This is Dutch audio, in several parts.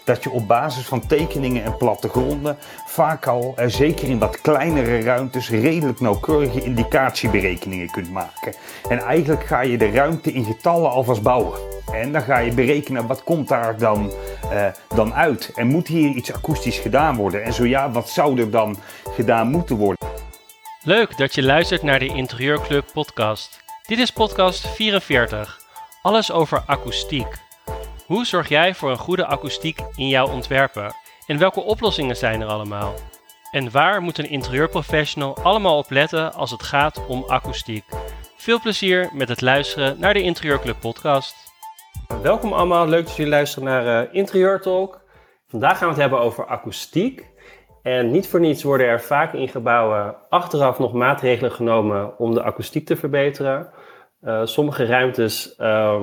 dat je op basis van tekeningen en plattegronden vaak al, zeker in wat kleinere ruimtes, redelijk nauwkeurige indicatieberekeningen kunt maken. En eigenlijk ga je de ruimte in getallen alvast bouwen. En dan ga je berekenen wat komt daar dan uit. En moet hier iets akoestisch gedaan worden? En zo ja, wat zou er dan gedaan moeten worden? Leuk dat je luistert naar de Interieurclub podcast. Dit is podcast 44. Alles over akoestiek. Hoe zorg jij voor een goede akoestiek in jouw ontwerpen? En welke oplossingen zijn er allemaal? En waar moet een interieurprofessional allemaal op letten als het gaat om akoestiek? Veel plezier met het luisteren naar de Interieurclub podcast. Welkom allemaal, leuk dat jullie luisteren naar Interieur Talk. Vandaag gaan we het hebben over akoestiek. En niet voor niets worden er vaak in gebouwen achteraf nog maatregelen genomen om de akoestiek te verbeteren. Sommige ruimtes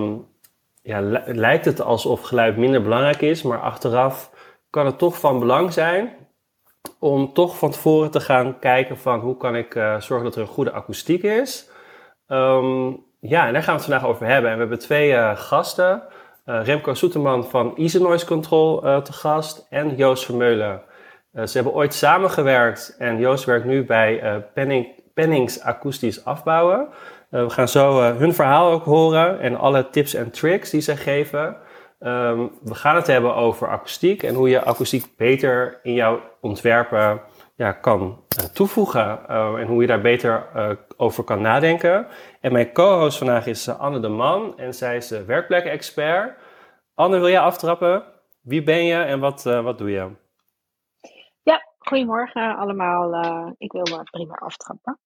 lijkt het alsof geluid minder belangrijk is, maar achteraf kan het toch van belang zijn om toch van tevoren te gaan kijken van hoe kan ik zorgen dat er een goede akoestiek is. En daar gaan we het vandaag over hebben. En we hebben twee gasten. Remco Soeterman van Easy Noise Control te gast en Joost Vermeulen. Ze hebben ooit samengewerkt en Joost werkt nu bij Pennings Akoestisch Afbouwen. We gaan zo hun verhaal ook horen en alle tips en tricks die zij geven. We gaan het hebben over akoestiek en hoe je akoestiek beter in jouw ontwerpen kan toevoegen. En hoe je daar beter over kan nadenken. En mijn co-host vandaag is Anne de Man en zij is werkplek-expert. Anne, wil jij aftrappen? Wie ben je en wat doe je? Ja, goedemorgen allemaal. Ik wil prima aftrappen.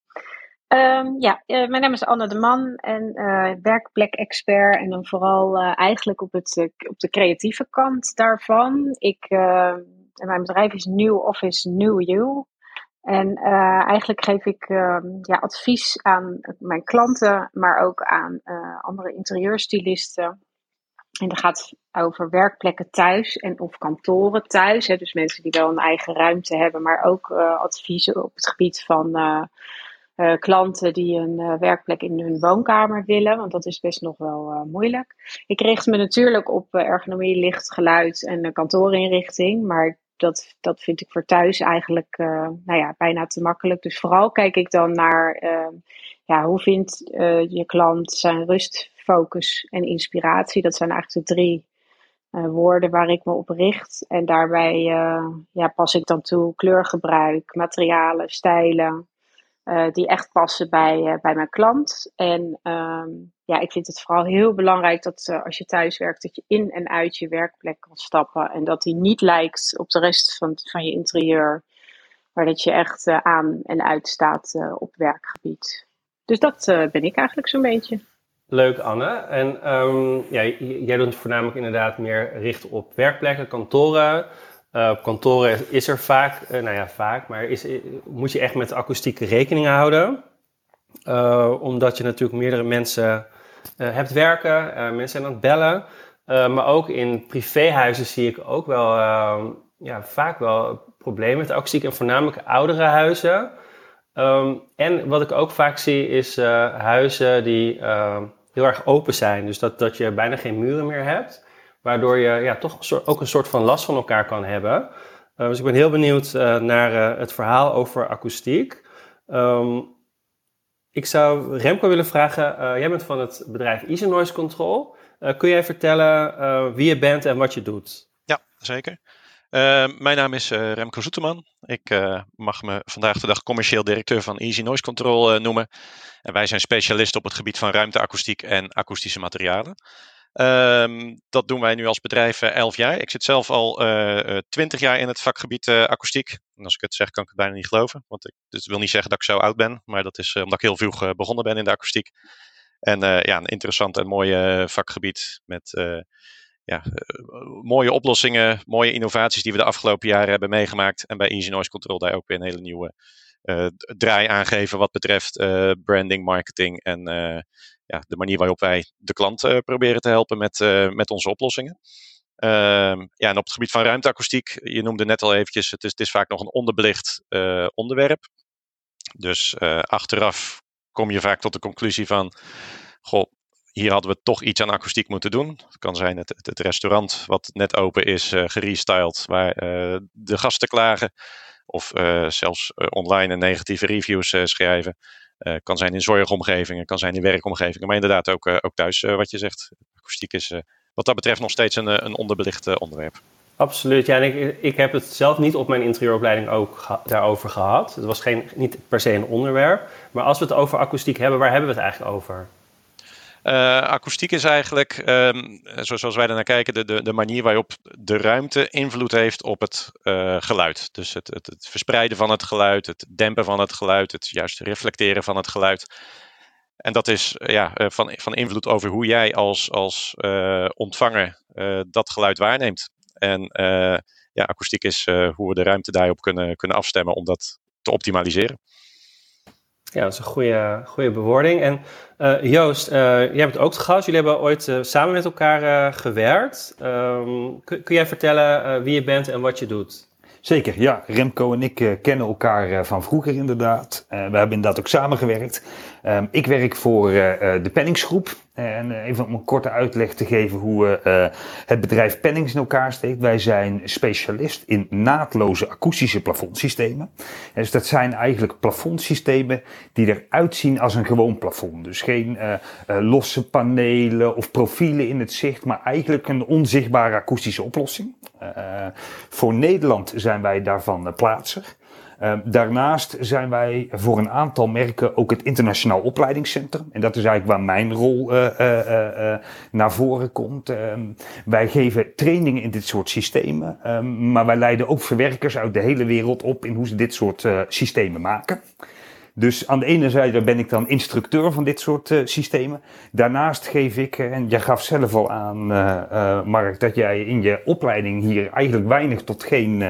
Mijn naam is Anne de Man en werkplek-expert en dan vooral eigenlijk op de creatieve kant daarvan. Mijn bedrijf is New Office New You. En eigenlijk geef ik advies aan mijn klanten, maar ook aan andere interieurstylisten. En dat gaat over werkplekken thuis en of kantoren thuis. Hè. Dus mensen die wel een eigen ruimte hebben, maar ook adviezen op het gebied van klanten die een werkplek in hun woonkamer willen. Want dat is best nog wel moeilijk. Ik richt me natuurlijk op ergonomie, licht, geluid en kantoorinrichting. Maar dat vind ik voor thuis eigenlijk bijna te makkelijk. Dus vooral kijk ik dan naar hoe vindt je klant zijn rust, focus en inspiratie. Dat zijn eigenlijk de drie woorden waar ik me op richt. En daarbij pas ik dan toe kleurgebruik, materialen, stijlen. Die echt passen bij mijn klant. En ik vind het vooral heel belangrijk dat als je thuis werkt, dat je in en uit je werkplek kan stappen. En dat die niet lijkt op de rest van je interieur. Maar dat je echt aan en uit staat op werkgebied. Dus dat ben ik eigenlijk zo'n beetje. Leuk, Anne. En jij doet voornamelijk inderdaad meer richten op werkplekken, kantoren. Op kantoren is er vaak, moet je echt met akoestiek rekening houden. Omdat je natuurlijk meerdere mensen hebt werken, mensen zijn aan het bellen. Maar ook in privéhuizen zie ik ook wel vaak wel problemen met akoestiek en voornamelijk oudere huizen. En wat ik ook vaak zie is huizen die heel erg open zijn. Dus dat je bijna geen muren meer hebt. Waardoor je toch ook een soort van last van elkaar kan hebben. Dus ik ben heel benieuwd naar het verhaal over akoestiek. Ik zou Remco willen vragen, jij bent van het bedrijf Easy Noise Control. Kun jij vertellen wie je bent en wat je doet? Ja, zeker. Mijn naam is Remco Soeterman. Ik mag me vandaag de dag commercieel directeur van Easy Noise Control noemen. En wij zijn specialisten op het gebied van ruimteakoestiek en akoestische materialen. Dat doen wij nu als bedrijf 11 jaar. Ik zit zelf al 20 jaar in het vakgebied akoestiek. En als ik het zeg, kan ik het bijna niet geloven. Want het wil niet zeggen dat ik zo oud ben. Maar dat is omdat ik heel vroeg begonnen ben in de akoestiek. En een interessant en mooi vakgebied met mooie oplossingen, mooie innovaties die we de afgelopen jaren hebben meegemaakt. En bij Easy Noise Control daar ook weer een hele nieuwe draai aangeven wat betreft branding, marketing en de manier waarop wij de klant proberen te helpen met onze oplossingen. En op het gebied van ruimteakoestiek, je noemde net al eventjes, het is vaak nog een onderbelicht onderwerp. Dus achteraf kom je vaak tot de conclusie van, hier hadden we toch iets aan akoestiek moeten doen. Het kan zijn het restaurant wat net open is gerestyled, waar de gasten klagen. Of zelfs online een negatieve reviews schrijven. Kan zijn in zorgomgevingen, kan zijn in werkomgevingen. Maar inderdaad ook thuis wat je zegt. Akoestiek is wat dat betreft nog steeds een onderbelicht onderwerp. Absoluut, ja. En ik heb het zelf niet op mijn interieuropleiding ook daarover gehad. Het was niet per se een onderwerp. Maar als we het over akoestiek hebben, waar hebben we het eigenlijk over? Akoestiek is eigenlijk, zoals wij ernaar kijken, de manier waarop de ruimte invloed heeft op het geluid. Dus het verspreiden van het geluid, het dempen van het geluid, het juist reflecteren van het geluid. En dat is van invloed over hoe jij als ontvanger dat geluid waarneemt. En akoestiek is hoe we de ruimte daarop kunnen afstemmen om dat te optimaliseren. Ja, dat is een goede bewoording. En Joost, jij hebt ook te gast. Jullie hebben ooit samen met elkaar gewerkt. Kun jij vertellen wie je bent en wat je doet? Zeker, ja. Remco en ik kennen elkaar van vroeger inderdaad. We hebben inderdaad ook samengewerkt. Ik werk voor de Penningsgroep. En even om een korte uitleg te geven hoe het bedrijf Pennings in elkaar steekt. Wij zijn specialist in naadloze akoestische plafondsystemen. En dus dat zijn eigenlijk plafondsystemen die eruit zien als een gewoon plafond. Dus geen losse panelen of profielen in het zicht, maar eigenlijk een onzichtbare akoestische oplossing. Voor Nederland zijn wij daarvan plaatser. Daarnaast zijn wij voor een aantal merken ook het Internationaal Opleidingscentrum. En dat is eigenlijk waar mijn rol naar voren komt. Wij geven trainingen in dit soort systemen. Maar wij leiden ook verwerkers uit de hele wereld op in hoe ze dit soort systemen maken. Dus aan de ene zijde ben ik dan instructeur van dit soort systemen. Daarnaast geef ik, en jij gaf zelf al aan, Mark, dat jij in je opleiding hier eigenlijk weinig tot geen...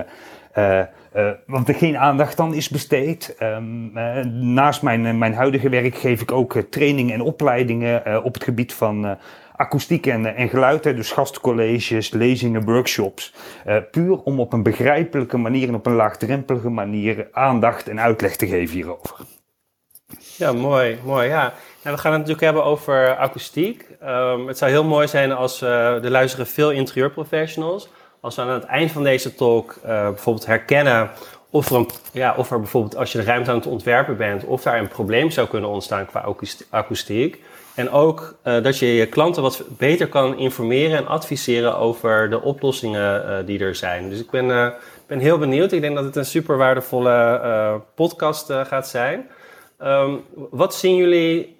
want er geen aandacht dan is besteed. Naast mijn huidige werk geef ik ook trainingen en opleidingen op het gebied van akoestiek en geluid. Dus gastcolleges, lezingen, workshops. Puur om op een begrijpelijke manier en op een laagdrempelige manier aandacht en uitleg te geven hierover. Ja, mooi. Ja. Nou, we gaan het natuurlijk hebben over akoestiek. Het zou heel mooi zijn als er luisteren veel interieurprofessionals. Als we aan het eind van deze talk bijvoorbeeld herkennen of er bijvoorbeeld als je de ruimte aan het ontwerpen bent, of daar een probleem zou kunnen ontstaan qua akoestiek. En ook dat je je klanten wat beter kan informeren en adviseren over de oplossingen die er zijn. Dus ik ben heel benieuwd. Ik denk dat het een super waardevolle podcast gaat zijn. Wat zien jullie,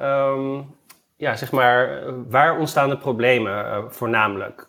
waar ontstaan de problemen voornamelijk?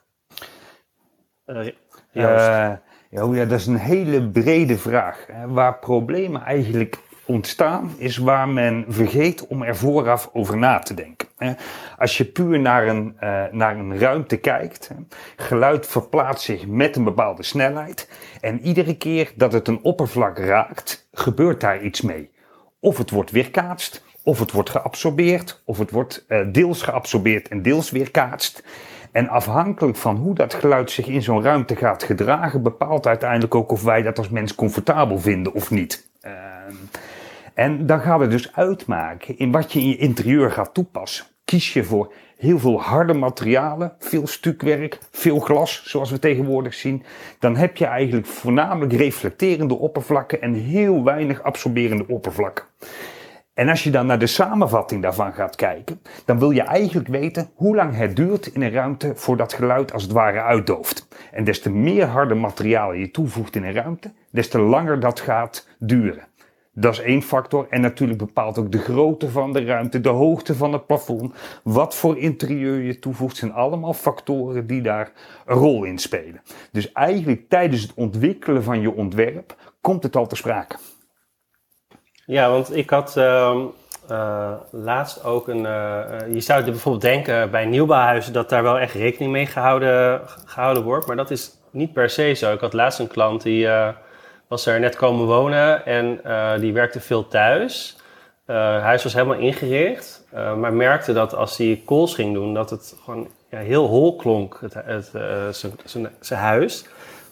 Dat is een hele brede vraag. Waar problemen eigenlijk ontstaan, is waar men vergeet om er vooraf over na te denken. Als je puur naar een ruimte kijkt, geluid verplaatst zich met een bepaalde snelheid. En iedere keer dat het een oppervlak raakt, gebeurt daar iets mee. Of het wordt weerkaatst, of het wordt geabsorbeerd, of het wordt deels geabsorbeerd en deels weerkaatst. En afhankelijk van hoe dat geluid zich in zo'n ruimte gaat gedragen, bepaalt uiteindelijk ook of wij dat als mens comfortabel vinden of niet. En dan gaat het dus uitmaken in wat je in je interieur gaat toepassen. Kies je voor heel veel harde materialen, veel stukwerk, veel glas, zoals we tegenwoordig zien, dan heb je eigenlijk voornamelijk reflecterende oppervlakken en heel weinig absorberende oppervlakken. En als je dan naar de samenvatting daarvan gaat kijken, dan wil je eigenlijk weten hoe lang het duurt in een ruimte voordat het geluid als het ware uitdooft. En des te meer harde materialen je toevoegt in een ruimte, des te langer dat gaat duren. Dat is één factor en natuurlijk bepaalt ook de grootte van de ruimte, de hoogte van het plafond, wat voor interieur je toevoegt, zijn allemaal factoren die daar een rol in spelen. Dus eigenlijk tijdens het ontwikkelen van je ontwerp komt het al ter sprake. Ja, want ik had laatst ook je zou bijvoorbeeld denken bij nieuwbouwhuizen dat daar wel echt rekening mee gehouden wordt, maar dat is niet per se zo. Ik had laatst een klant die was er net komen wonen en die werkte veel thuis. Het huis was helemaal ingericht, maar merkte dat als hij calls ging doen, dat het gewoon heel hol klonk, zijn huis.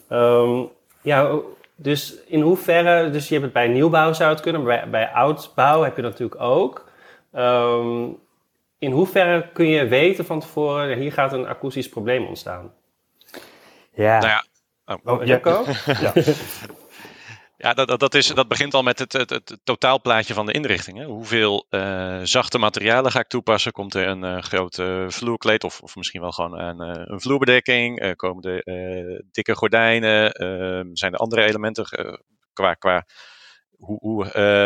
Dus in hoeverre, dus je hebt het bij nieuwbouw zou het kunnen, maar bij oudbouw heb je dat natuurlijk ook. in hoeverre kun je weten van tevoren, hier gaat een akoestisch probleem ontstaan? Ja. Nou ja. Jacco? Ja. Ja, dat begint al met het totaalplaatje van de inrichting. Hè. Hoeveel zachte materialen ga ik toepassen? Komt er een grote vloerkleed of misschien wel gewoon een vloerbedekking? Komen er dikke gordijnen? Zijn er andere elementen qua hoe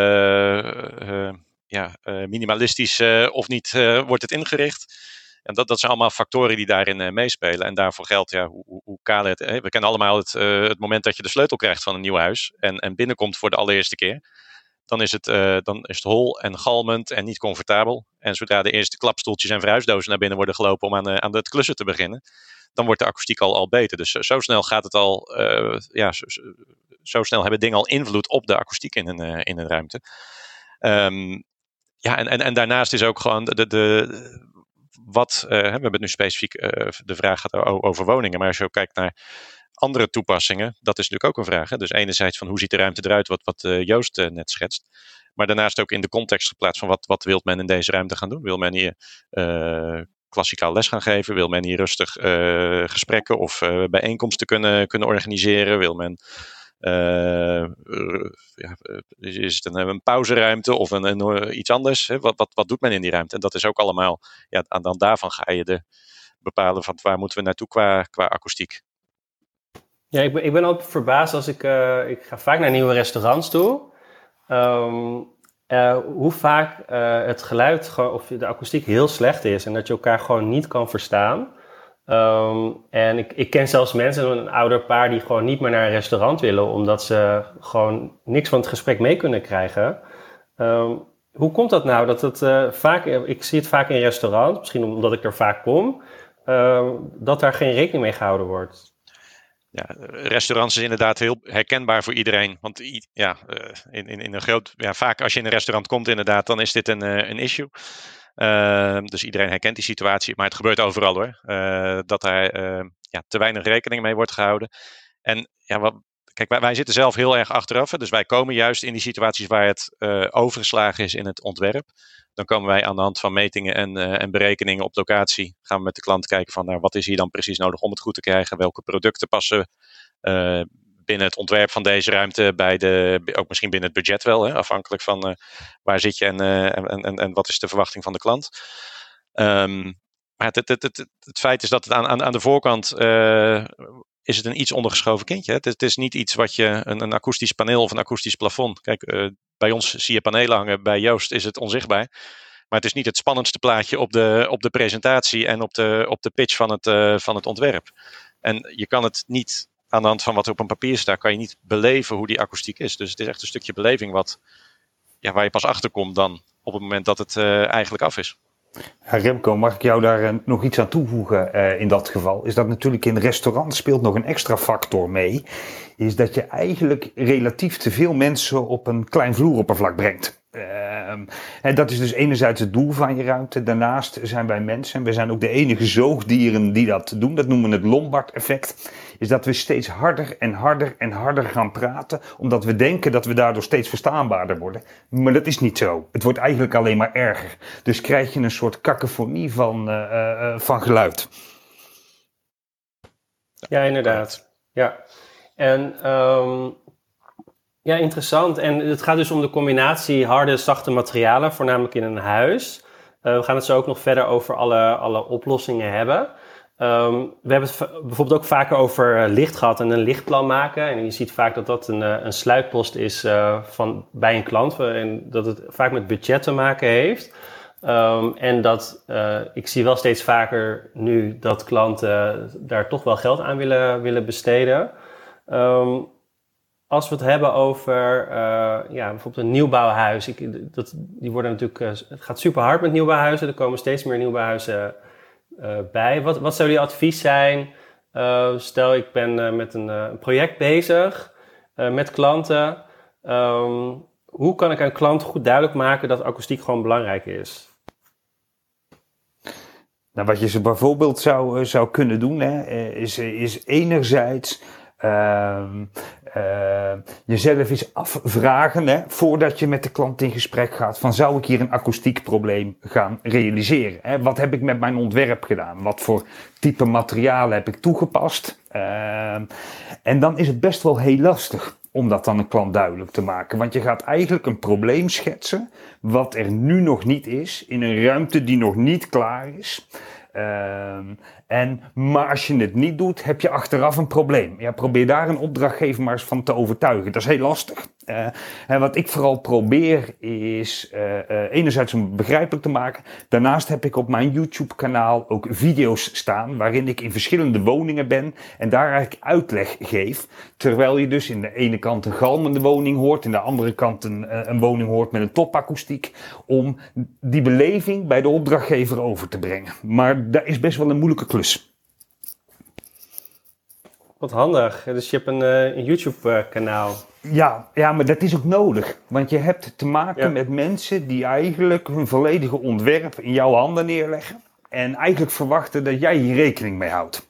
minimalistisch of niet wordt het ingericht? En dat zijn allemaal factoren die daarin meespelen. En daarvoor geldt, hoe kaal het... we kennen allemaal het moment dat je de sleutel krijgt van een nieuw huis en binnenkomt voor de allereerste keer. Dan is het hol en galmend en niet comfortabel. En zodra de eerste klapstoeltjes en verhuisdozen naar binnen worden gelopen om aan het klussen te beginnen, dan wordt de akoestiek al beter. Dus zo snel gaat het al... zo snel hebben dingen al invloed op de akoestiek in een ruimte. En daarnaast is ook gewoon we hebben het nu specifiek, de vraag gaat over woningen, maar als je ook kijkt naar andere toepassingen, dat is natuurlijk ook een vraag. Hè? Dus enerzijds van hoe ziet de ruimte eruit, wat Joost net schetst, maar daarnaast ook in de context geplaatst van wat wil men in deze ruimte gaan doen. Wil men hier klassikaal les gaan geven? Wil men hier rustig gesprekken of bijeenkomsten kunnen organiseren? Wil men... is het een pauzeruimte of iets anders? Hè? Wat doet men in die ruimte? En dat is ook allemaal, dan daarvan ga je bepalen van waar moeten we naartoe qua akoestiek. Ja, ik ben altijd verbaasd als ik ga vaak naar nieuwe restaurants toe. Hoe vaak het geluid of de akoestiek heel slecht is en dat je elkaar gewoon niet kan verstaan. En ik ken zelfs mensen, een ouder paar, die gewoon niet meer naar een restaurant willen, omdat ze gewoon niks van het gesprek mee kunnen krijgen. Hoe komt dat nou? Dat het vaak, ik zie het vaak in restaurants, misschien omdat ik er vaak kom, dat daar geen rekening mee gehouden wordt. Ja, restaurants is inderdaad heel herkenbaar voor iedereen. Want in een groot... Ja, vaak als je in een restaurant komt inderdaad, dan is dit een issue. Dus iedereen herkent die situatie. Maar het gebeurt overal hoor. Dat daar te weinig rekening mee wordt gehouden. En kijk, wij zitten zelf heel erg achteraf. Dus wij komen juist in die situaties waar het overgeslagen is in het ontwerp. Dan komen wij aan de hand van metingen en berekeningen op locatie. Gaan we met de klant kijken van wat is hier dan precies nodig om het goed te krijgen. Welke producten passen binnen het ontwerp van deze ruimte. Ook misschien binnen het budget wel. Hè, afhankelijk van waar zit je en wat is de verwachting van de klant. Maar het feit is dat het aan de voorkant... is het een iets ondergeschoven kindje. Hè? Het is niet iets wat je, een akoestisch paneel of een akoestisch plafond. Kijk, bij ons zie je panelen hangen, bij Joost is het onzichtbaar. Maar het is niet het spannendste plaatje op de presentatie en op de pitch van het ontwerp. En je kan het niet, aan de hand van wat er op een papier staat, kan je niet beleven hoe die akoestiek is. Dus het is echt een stukje beleving waar je pas achter komt dan op het moment dat het eigenlijk af is. Ja, Remco, mag ik jou daar nog iets aan toevoegen in dat geval? Is dat natuurlijk in restaurants speelt nog een extra factor mee. Is dat je eigenlijk relatief te veel mensen op een klein vloeroppervlak brengt. En dat is dus enerzijds het doel van je ruimte. Daarnaast zijn wij mensen, en we zijn ook de enige zoogdieren die dat doen. Dat noemen we het Lombard-effect. Is dat we steeds harder en harder en harder gaan praten. Omdat we denken dat we daardoor steeds verstaanbaarder worden. Maar dat is niet zo. Het wordt eigenlijk alleen maar erger. Dus krijg je een soort kakofonie van geluid. Ja, inderdaad. Ja. En... interessant. En het gaat dus om de combinatie harde en zachte materialen, voornamelijk in een huis. We gaan het zo ook nog verder over alle oplossingen hebben. We hebben het bijvoorbeeld ook vaker over licht gehad en een lichtplan maken. En je ziet vaak dat een sluitpost is bij een klant. En dat het vaak met budget te maken heeft. En dat ik zie wel steeds vaker nu dat klanten daar toch wel geld aan willen besteden. Als we het hebben over bijvoorbeeld een nieuwbouwhuis. Die worden natuurlijk, het gaat super hard met nieuwbouwhuizen. Er komen steeds meer nieuwbouwhuizen bij. Wat zou jullie advies zijn? Stel ik ben met een project bezig met klanten. Hoe kan ik aan klanten goed duidelijk maken dat akoestiek gewoon belangrijk is? Nou, wat je ze bijvoorbeeld zou kunnen doen, hè, is enerzijds jezelf eens afvragen, hè, voordat je met de klant in gesprek gaat, van zou ik hier een akoestiek probleem gaan realiseren? Hè? Wat heb ik met mijn ontwerp gedaan? Wat voor type materialen heb ik toegepast? En dan is het best wel heel lastig om dat aan een klant duidelijk te maken. Want je gaat eigenlijk een probleem schetsen wat er nu nog niet is, in een ruimte die nog niet klaar is. Maar als je het niet doet, heb je achteraf een probleem. Ja, probeer daar een opdrachtgever maar eens van te overtuigen. Dat is heel lastig. En wat ik vooral probeer is enerzijds om het begrijpelijk te maken. Daarnaast heb ik op mijn YouTube-kanaal ook video's staan waarin ik in verschillende woningen ben en daar eigenlijk uitleg geef. Terwijl je dus in de ene kant een galmende woning hoort, in de andere kant een woning hoort met een topakoestiek. Om die beleving bij de opdrachtgever over te brengen. Maar dat is best wel een moeilijke klus. Wat handig. Dus je hebt een YouTube-kanaal. Ja, maar dat is ook nodig. Want je hebt te maken met mensen die eigenlijk hun volledige ontwerp in jouw handen neerleggen. En eigenlijk verwachten dat jij hier rekening mee houdt.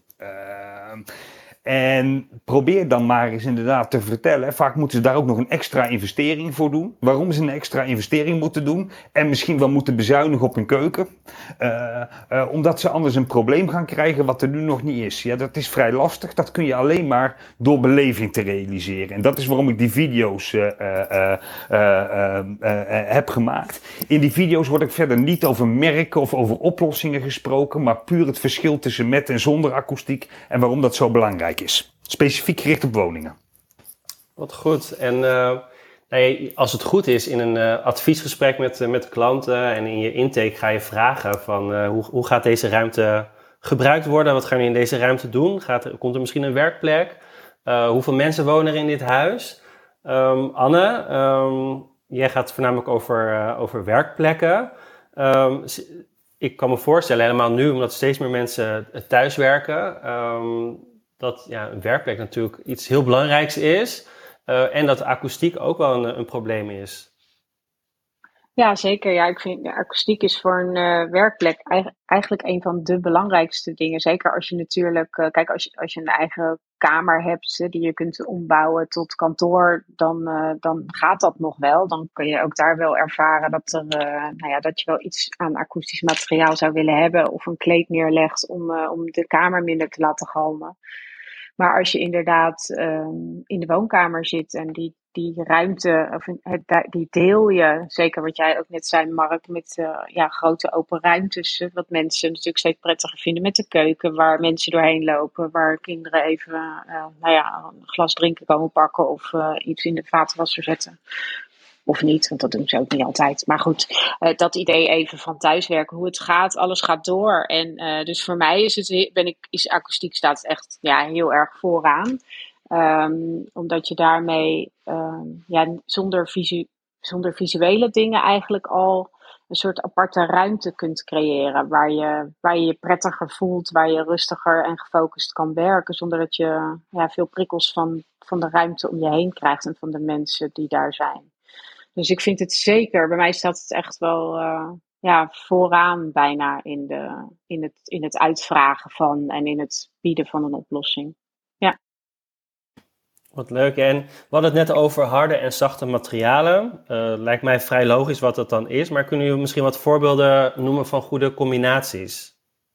En probeer dan maar eens inderdaad te vertellen. Vaak moeten ze daar ook nog een extra investering voor doen. Waarom ze een extra investering moeten doen. En misschien wel moeten bezuinigen op hun keuken. Omdat ze anders een probleem gaan krijgen wat er nu nog niet is. Ja, dat is vrij lastig. Dat kun je alleen maar door beleving te realiseren. En dat is waarom ik die video's heb gemaakt. In die video's wordt ik verder niet over merken of over oplossingen gesproken. Maar puur het verschil tussen met en zonder akoestiek. En waarom dat zo belangrijk is. Specifiek gericht op woningen. Wat goed. En als het goed is in een adviesgesprek met de klanten en in je intake ga je vragen van hoe gaat deze ruimte gebruikt worden? Wat gaan we in deze ruimte doen? Komt er misschien een werkplek? Hoeveel mensen wonen er in dit huis? Anne, jij gaat voornamelijk over werkplekken. Ik kan me voorstellen, helemaal nu, omdat steeds meer mensen thuiswerken, dat een werkplek natuurlijk iets heel belangrijks is. En dat de akoestiek ook wel een probleem is. Ja, zeker. Ja, ik vind de akoestiek is voor een werkplek eigenlijk een van de belangrijkste dingen. Zeker als je natuurlijk, kijk, als je een eigen kamer hebt die je kunt ombouwen tot kantoor, dan gaat dat nog wel. Dan kun je ook daar wel ervaren dat je wel iets aan akoestisch materiaal zou willen hebben. Of een kleed neerlegt om de kamer minder te laten galmen. Maar als je inderdaad in de woonkamer zit en die ruimte, die deel je, zeker wat jij ook net zei, Mark, met grote open ruimtes. Wat mensen natuurlijk steeds prettiger vinden met de keuken, waar mensen doorheen lopen, waar kinderen even een glas drinken komen pakken of iets in de vaatwasser zetten. Of niet, want dat doen ze ook niet altijd. Maar goed, dat idee even van thuiswerken, hoe het gaat, alles gaat door. En dus voor mij is akoestiek staat echt heel erg vooraan. Omdat je daarmee zonder visuele dingen eigenlijk al een soort aparte ruimte kunt creëren. Waar je je prettiger voelt, waar je rustiger en gefocust kan werken. Zonder dat je veel prikkels van de ruimte om je heen krijgt en van de mensen die daar zijn. Dus ik vind het zeker, bij mij staat het echt wel vooraan bijna in het uitvragen van en in het bieden van een oplossing. Ja. Wat leuk. En we hadden het net over harde en zachte materialen. Lijkt mij vrij logisch wat dat dan is, maar kunnen jullie misschien wat voorbeelden noemen van goede combinaties?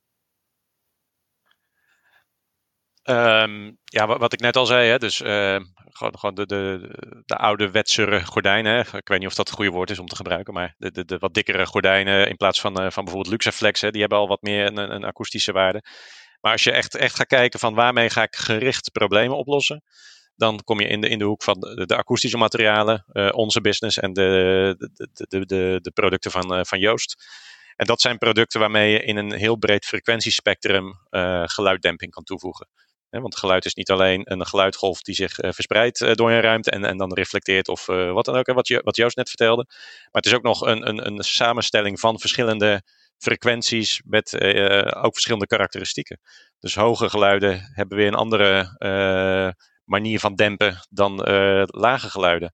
Wat ik net al zei, hè, dus gewoon de ouderwetse gordijnen. Hè. Ik weet niet of dat het goede woord is om te gebruiken, maar de wat dikkere gordijnen in plaats van bijvoorbeeld Luxaflex, hè, die hebben al wat meer een akoestische waarde. Maar als je echt gaat kijken van waarmee ga ik gericht problemen oplossen, dan kom je in de hoek van de akoestische materialen, onze business en de producten van Joost. En dat zijn producten waarmee je in een heel breed frequentiespectrum geluiddemping kan toevoegen. Want geluid is niet alleen een geluidgolf die zich verspreidt door een ruimte en dan reflecteert of wat dan ook, wat Joost net vertelde. Maar het is ook nog een samenstelling van verschillende frequenties met ook verschillende karakteristieken. Dus hoge geluiden hebben weer een andere manier van dempen dan lage geluiden.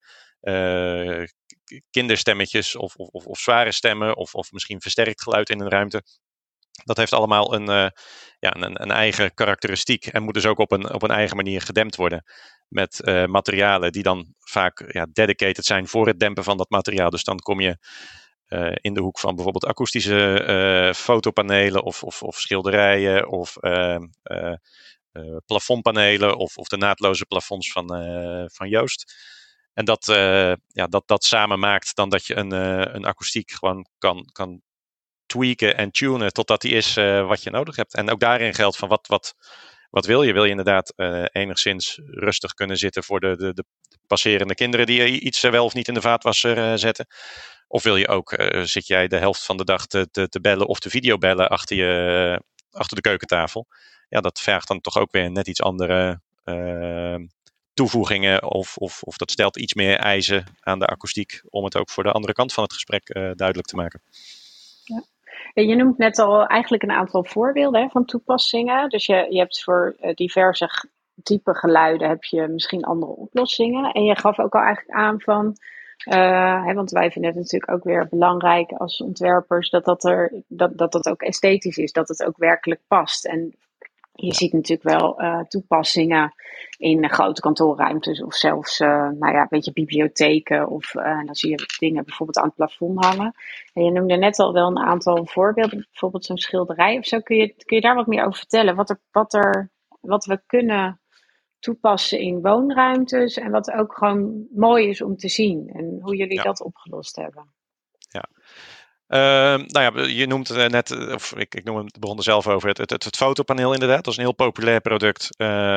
Kinderstemmetjes of zware stemmen of misschien versterkt geluid in een ruimte Dat heeft allemaal een eigen karakteristiek en moet dus ook op een eigen manier gedempt worden. Met materialen die dan vaak dedicated zijn voor het dempen van dat materiaal. Dus dan kom je in de hoek van bijvoorbeeld akoestische fotopanelen of schilderijen of plafondpanelen of de naadloze plafonds van Joost. En dat samen maakt dan dat je een akoestiek gewoon kan tweaken en tunen totdat die is wat je nodig hebt. En ook daarin geldt van wat wil je? Wil je inderdaad enigszins rustig kunnen zitten voor de passerende kinderen die iets wel of niet in de vaatwasser zetten? Of wil je ook, zit jij de helft van de dag te bellen of te videobellen achter de keukentafel? Ja, dat vergt dan toch ook weer net iets andere toevoegingen of dat stelt iets meer eisen aan de akoestiek om het ook voor de andere kant van het gesprek duidelijk te maken. Ja. Je noemt net al eigenlijk een aantal voorbeelden van toepassingen. Dus je hebt voor diverse type geluiden heb je misschien andere oplossingen. En je gaf ook al eigenlijk aan van, want wij vinden het natuurlijk ook weer belangrijk als ontwerpers dat ook esthetisch is, dat het ook werkelijk past. En je ziet natuurlijk wel toepassingen in grote kantoorruimtes of zelfs een beetje bibliotheken. Of dan zie je dingen bijvoorbeeld aan het plafond hangen. En je noemde net al wel een aantal voorbeelden, bijvoorbeeld zo'n schilderij of zo. Kun je daar wat meer over vertellen? Wat we kunnen toepassen in woonruimtes en wat ook gewoon mooi is om te zien. En hoe jullie dat opgelost hebben. Ja. Je noemt net, of ik begon er zelf over, het fotopaneel inderdaad. Dat is een heel populair product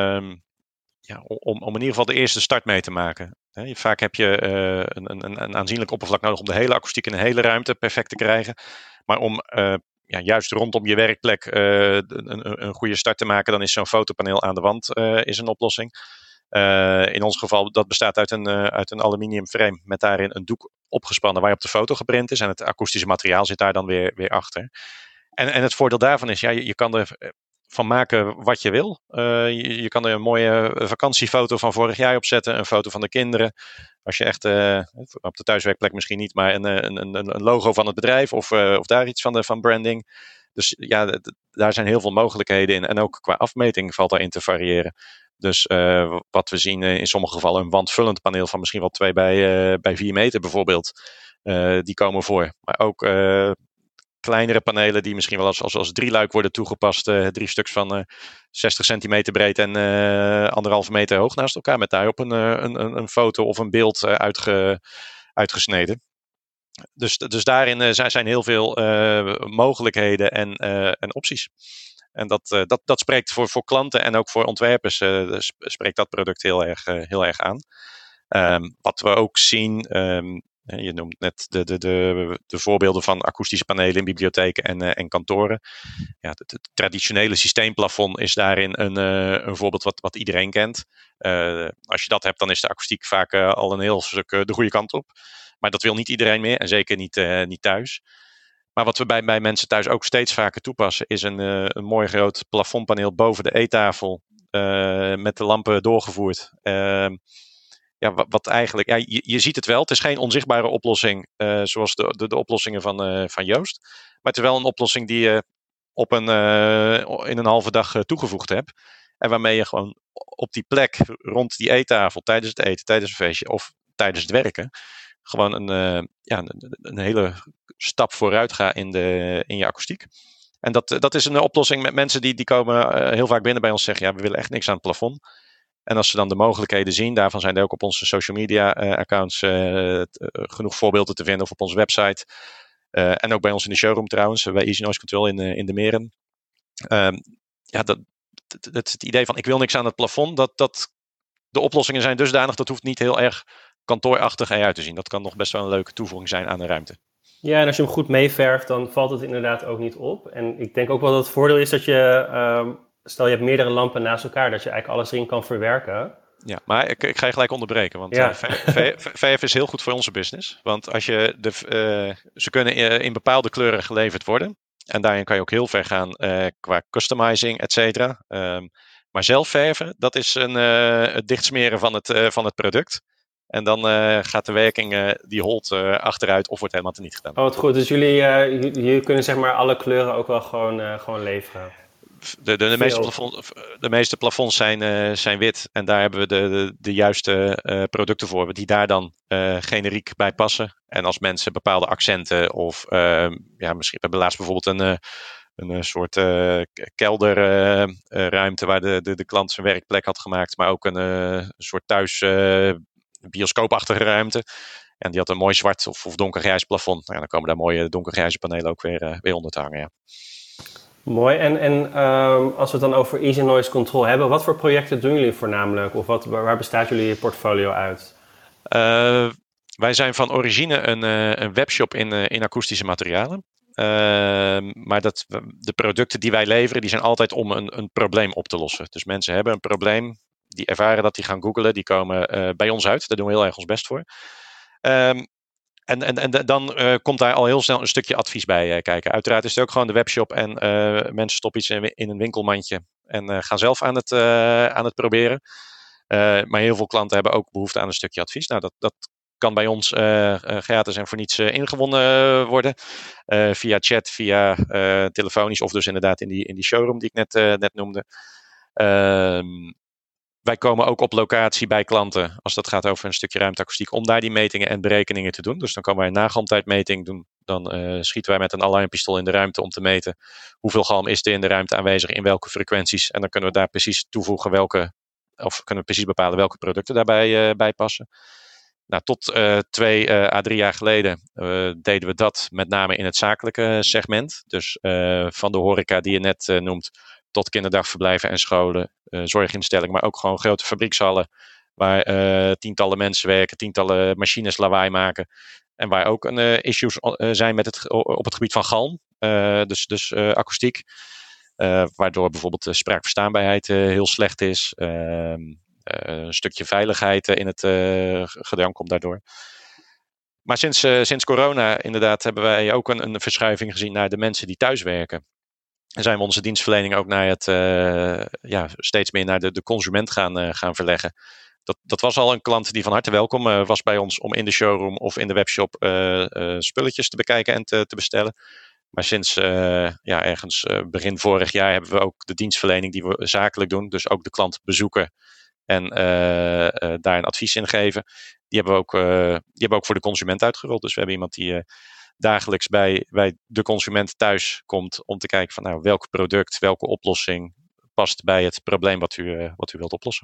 om in ieder geval de eerste start mee te maken. Vaak heb je een aanzienlijk oppervlak nodig om de hele akoestiek in een hele ruimte perfect te krijgen. Maar om juist rondom je werkplek een goede start te maken, dan is zo'n fotopaneel aan de wand is een oplossing. In ons geval, dat bestaat uit een aluminium frame met daarin een doek opgespannen waarop de foto geprint is en het akoestische materiaal zit daar dan weer achter. En het voordeel daarvan is, je kan er van maken wat je wil. Je kan er een mooie vakantiefoto van vorig jaar op zetten, een foto van de kinderen. Als je echt, op de thuiswerkplek misschien niet, maar een logo van het bedrijf of daar iets van branding. Dus daar zijn heel veel mogelijkheden in. En ook qua afmeting valt daarin te variëren. Dus wat we zien in sommige gevallen een wandvullend paneel van misschien wel 2 bij 4 meter bijvoorbeeld. Die komen voor. Maar ook kleinere panelen die misschien wel als drieluik worden toegepast. 3 stuks van 60 centimeter breed en 1,5 meter hoog naast elkaar. Met daarop een foto of een beeld uitgesneden. Dus daarin zijn heel veel mogelijkheden en opties. En dat spreekt voor klanten en ook voor ontwerpers spreekt dat product heel erg aan. Wat we ook zien, je noemt net de voorbeelden van akoestische panelen in bibliotheken en kantoren. Ja, het traditionele systeemplafond is daarin een voorbeeld wat iedereen kent. Als je dat hebt, dan is de akoestiek vaak al een heel stuk de goede kant op. Maar dat wil niet iedereen meer en zeker niet thuis. Maar wat we bij mensen thuis ook steeds vaker toepassen is een mooi groot plafondpaneel boven de eettafel met de lampen doorgevoerd. Wat eigenlijk, je ziet het wel. Het is geen onzichtbare oplossing zoals de oplossingen van Joost. Maar het is wel een oplossing die je in een halve dag toegevoegd hebt. En waarmee je gewoon op die plek rond die eettafel tijdens het eten, tijdens een feestje of tijdens het werken gewoon een hele stap vooruit gaat in je akoestiek. En dat is een oplossing met mensen die komen heel vaak binnen bij ons zeggen, we willen echt niks aan het plafond. En als ze dan de mogelijkheden zien, daarvan zijn er ook op onze social media accounts genoeg voorbeelden te vinden of op onze website. En ook bij ons in de showroom trouwens, bij Easy Noise Control in de Meren. Het idee van ik wil niks aan het plafond, dat de oplossingen zijn dusdanig, dat hoeft niet heel erg kantoorachtig eruit te zien. Dat kan nog best wel een leuke toevoeging zijn aan de ruimte. Ja, en als je hem goed meeverft, dan valt het inderdaad ook niet op. En ik denk ook wel dat het voordeel is dat je, stel je hebt meerdere lampen naast elkaar, dat je eigenlijk alles erin kan verwerken. Ja, maar ik ga je gelijk onderbreken, want verf is heel goed voor onze business. Want als je ze kunnen in bepaalde kleuren geleverd worden. En daarin kan je ook heel ver gaan qua customizing, et cetera. Maar zelf verven, dat is het dichtsmeren van het product. En dan gaat de werking, die holt achteruit of wordt helemaal teniet gedaan. Oh, wat goed. Dus jullie kunnen zeg maar alle kleuren ook wel gewoon leveren? De meeste plafonds zijn wit. En daar hebben we de juiste producten voor. Die daar dan generiek bij passen. En als mensen bepaalde accenten of misschien hebben we laatst bijvoorbeeld een soort kelderruimte waar de klant zijn werkplek had gemaakt. Maar ook een soort thuis bioscoopachtige ruimte. En die had een mooi zwart of donkergrijs plafond. Nou, dan komen daar mooie donkergrijze panelen ook weer onder te hangen. Ja. Mooi. En als we het dan over Easy Noise Control hebben, wat voor projecten doen jullie voornamelijk? Of waar bestaat jullie portfolio uit? Wij zijn van origine een webshop in akoestische materialen. Maar de producten die wij leveren, die zijn altijd om een probleem op te lossen. Dus mensen hebben een probleem, die ervaren dat, die gaan googlen, die komen bij ons uit. Daar doen we heel erg ons best voor. En dan komt daar al heel snel een stukje advies bij kijken. Uiteraard is het ook gewoon de webshop en mensen stoppen iets in een winkelmandje en gaan zelf aan het proberen. Maar heel veel klanten hebben ook behoefte aan een stukje advies. Nou, dat kan bij ons gratis en voor niets ingewonnen worden. Via chat, via telefonisch of dus inderdaad in die showroom die ik net noemde. Wij komen ook op locatie bij klanten als dat gaat over een stukje ruimteakoestiek om daar die metingen en berekeningen te doen. Dus dan komen wij een nagalmtijdmeting doen. Dan schieten wij met een alarmpistool in de ruimte om te meten hoeveel galm is er in de ruimte aanwezig, in welke frequenties. En dan kunnen we daar precies toevoegen kunnen we precies bepalen welke producten daarbij bij passen. Nou, tot 2 à 3 jaar geleden deden we dat met name in het zakelijke segment. Dus van de horeca die je net noemt, tot kinderdagverblijven en scholen, zorginstellingen, maar ook gewoon grote fabriekshallen waar tientallen mensen werken, tientallen machines lawaai maken. En waar ook issues zijn op het gebied van galm, dus akoestiek. Waardoor bijvoorbeeld de spraakverstaanbaarheid heel slecht is. Een stukje veiligheid in het gedrang komt daardoor. Maar sinds corona inderdaad hebben wij ook een verschuiving gezien naar de mensen die thuis werken. En zijn we onze dienstverlening ook naar steeds meer naar de consument gaan verleggen. Dat was al een klant die van harte welkom was bij ons om in de showroom of in de webshop spulletjes te bekijken en te bestellen. Maar sinds ergens begin vorig jaar hebben we ook de dienstverlening die we zakelijk doen. Dus ook de klant bezoeken en daar een advies in geven. Die hebben we ook voor de consument uitgerold. Dus we hebben iemand die dagelijks bij de consument thuis komt om te kijken van welk product, welke oplossing past bij het probleem wat u wilt oplossen.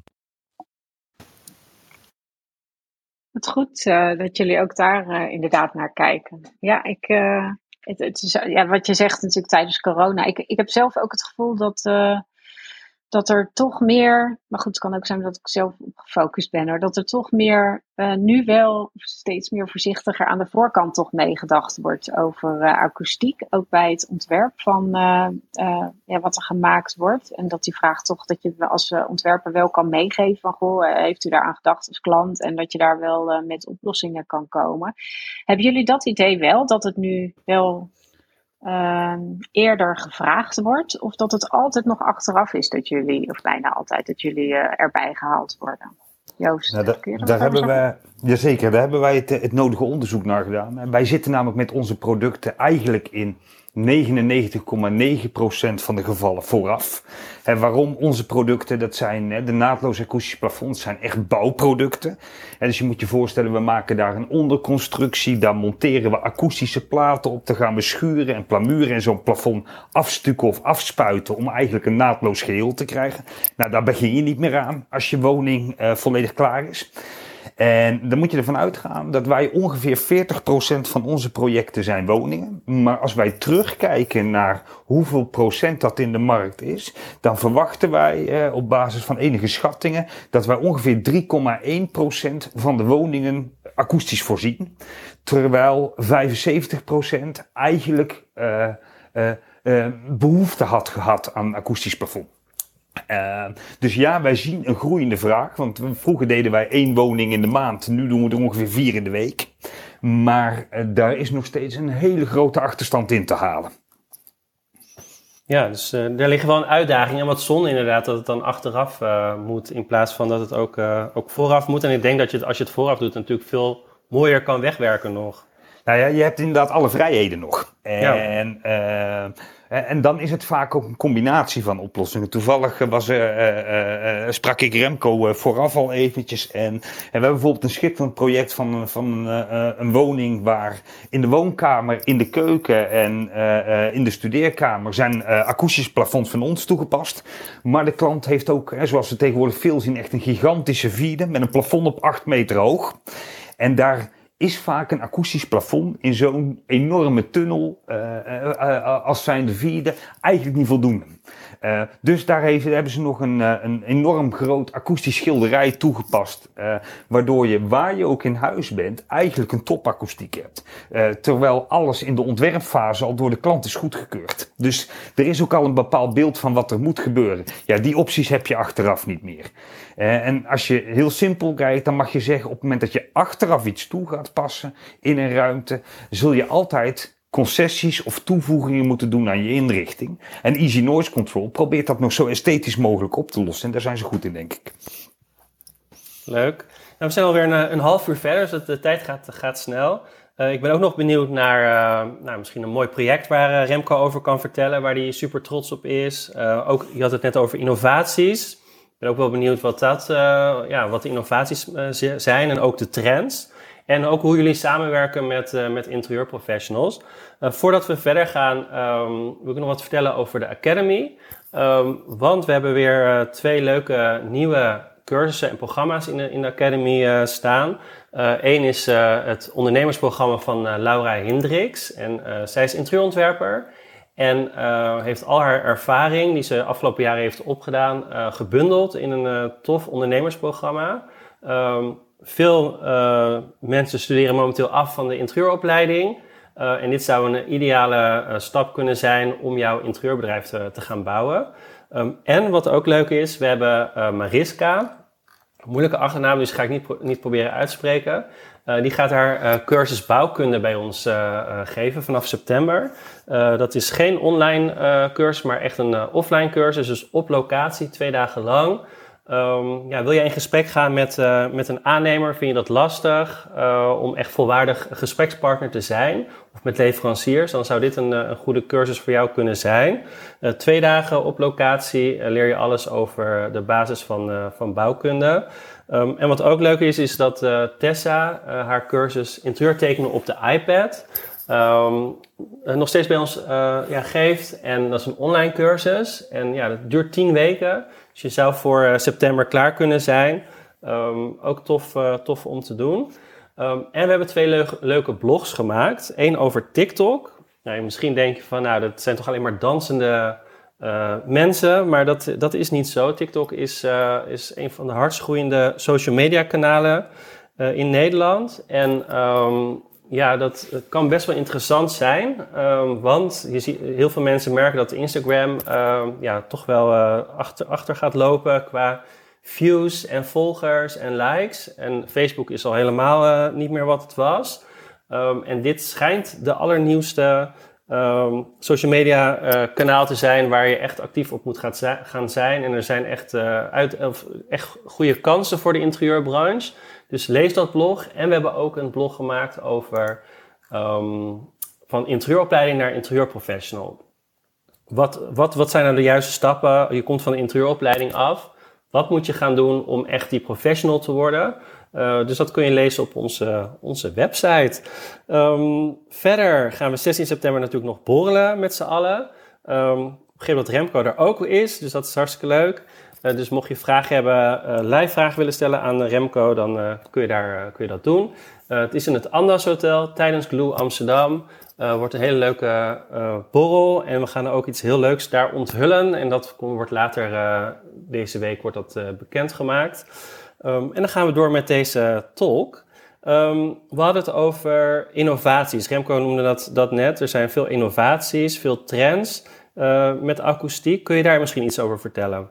Het goed dat jullie ook daar inderdaad naar kijken. Ja, het is, wat je zegt natuurlijk tijdens corona. Ik heb zelf ook het gevoel dat er toch meer, maar goed, het kan ook zijn dat ik zelf op gefocust ben, hoor, dat er toch meer, nu wel steeds meer voorzichtiger aan de voorkant toch meegedacht wordt over akoestiek. Ook bij het ontwerp van wat er gemaakt wordt. En dat die vraag toch, dat je als ontwerper wel kan meegeven van, goh, heeft u daar aan gedacht als klant? En dat je daar wel met oplossingen kan komen. Hebben jullie dat idee wel, dat het nu wel eerder gevraagd wordt, of dat het altijd nog achteraf is dat jullie, of bijna altijd, dat jullie erbij gehaald worden? Joost, daar hebben wij het nodige onderzoek naar gedaan. En wij zitten namelijk met onze producten eigenlijk in 99,9% van de gevallen vooraf. En waarom? Onze producten, dat zijn de naadloze akoestische plafonds, zijn echt bouwproducten. En dus je moet je voorstellen, we maken daar een onderconstructie, daar monteren we akoestische platen op, te gaan we schuren en plamuren en zo'n plafond afstukken of afspuiten om eigenlijk een naadloos geheel te krijgen. Nou, daar begin je niet meer aan als je woning volledig klaar is. En dan moet je ervan uitgaan dat wij ongeveer 40% van onze projecten zijn woningen. Maar als wij terugkijken naar hoeveel procent dat in de markt is, dan verwachten wij op basis van enige schattingen dat wij ongeveer 3,1% van de woningen akoestisch voorzien. Terwijl 75% eigenlijk behoefte had gehad aan akoestisch plafond. Dus ja, wij zien een groeiende vraag. Want vroeger deden wij 1 woning in de maand. Nu doen we er ongeveer 4 in de week. Maar daar is nog steeds een hele grote achterstand in te halen. Ja, dus er liggen wel een uitdaging en wat zonde inderdaad dat het dan achteraf moet in plaats van dat het ook vooraf moet. En ik denk dat je het, als je het vooraf doet, natuurlijk veel mooier kan wegwerken nog. Nou ja, je hebt inderdaad alle vrijheden nog. Ja. En dan is het vaak ook een combinatie van oplossingen. Toevallig sprak ik Remco vooraf al eventjes. En we hebben bijvoorbeeld een schitterend project van een woning waar in de woonkamer, in de keuken en in de studeerkamer zijn akoestische plafonds van ons toegepast. Maar de klant heeft ook, zoals we tegenwoordig veel zien, echt een gigantische vierde met een plafond op 8 meter hoog. En daar is vaak een akoestisch plafond in zo'n enorme tunnel als zijnde vierde eigenlijk niet voldoende. Dus daar hebben ze nog een enorm groot akoestisch schilderij toegepast. Waardoor je, waar je ook in huis bent, eigenlijk een topakoestiek hebt. Terwijl alles in de ontwerpfase al door de klant is goedgekeurd. Dus er is ook al een bepaald beeld van wat er moet gebeuren. Ja, die opties heb je achteraf niet meer. En als je heel simpel kijkt, dan mag je zeggen op het moment dat je achteraf iets toe gaat passen in een ruimte, zul je altijd concessies of toevoegingen moeten doen aan je inrichting. En Easy Noise Control probeert dat nog zo esthetisch mogelijk op te lossen. En daar zijn ze goed in, denk ik. Leuk. Nou, we zijn alweer een half uur verder, dus de tijd gaat snel. Ik ben ook nog benieuwd naar misschien een mooi project waar Remco over kan vertellen, waar hij super trots op is. Je had het net over innovaties. Ik ben ook wel benieuwd wat de innovaties zijn en ook de trends. En ook hoe jullie samenwerken met interieurprofessionals. Voordat we verder gaan, wil ik nog wat vertellen over de Academy. Want we hebben weer 2 leuke nieuwe cursussen en programma's in de Academy staan. Eén is het ondernemersprogramma van Laura Hindriks. En zij is interieurontwerper. En heeft al haar ervaring die ze afgelopen jaren heeft opgedaan, gebundeld in een tof ondernemersprogramma. Veel mensen studeren momenteel af van de interieuropleiding. En dit zou een ideale stap kunnen zijn om jouw interieurbedrijf te gaan bouwen. En wat ook leuk is, we hebben Mariska. Moeilijke achternaam, dus ga ik niet proberen uit te spreken. Die gaat haar cursus bouwkunde bij ons geven vanaf september. Dat is geen online cursus, maar echt een offline cursus. Dus op locatie, 2 dagen lang. Wil jij in gesprek gaan met een aannemer? Vind je dat lastig om echt volwaardig gesprekspartner te zijn? Of met leveranciers? Dan zou dit een goede cursus voor jou kunnen zijn. 2 dagen op locatie leer je alles over de basis van bouwkunde. En wat ook leuk is dat Tessa haar cursus interieur tekenen op de iPad nog steeds bij ons geeft. En dat is een online cursus. En ja, dat duurt 10 weken. Dus je zou voor september klaar kunnen zijn. Ook tof om te doen. En we hebben 2 leuke blogs gemaakt. Eén over TikTok. Nou, misschien denk je van, dat zijn toch alleen maar dansende mensen. Maar dat is niet zo. TikTok is een van de hardst groeiende social media kanalen in Nederland. En dat kan best wel interessant zijn, want je ziet, heel veel mensen merken dat Instagram toch wel achter gaat lopen qua views en volgers en likes. En Facebook is al helemaal niet meer wat het was. En dit schijnt de allernieuwste social media kanaal te zijn waar je echt actief op moet gaan zijn. En er zijn echt goede kansen voor de interieurbranche. Dus lees dat blog. En we hebben ook een blog gemaakt over van interieuropleiding naar interieurprofessional. Wat zijn nou de juiste stappen? Je komt van de interieuropleiding af. Wat moet je gaan doen om echt die professional te worden? Dus dat kun je lezen op onze website. Verder gaan we 16 september natuurlijk nog borrelen met z'n allen. Ik begreep dat Remco er ook is, dus dat is hartstikke leuk. Dus mocht je vragen hebben, live vragen willen stellen aan Remco, dan kun je dat doen. Het is in het Andas Hotel tijdens Glue Amsterdam. Wordt een hele leuke borrel en we gaan er ook iets heel leuks daar onthullen. En dat wordt later deze week bekendgemaakt. En dan gaan we door met deze talk. We hadden het over innovaties. Remco noemde dat net. Er zijn veel innovaties, veel trends met akoestiek. Kun je daar misschien iets over vertellen?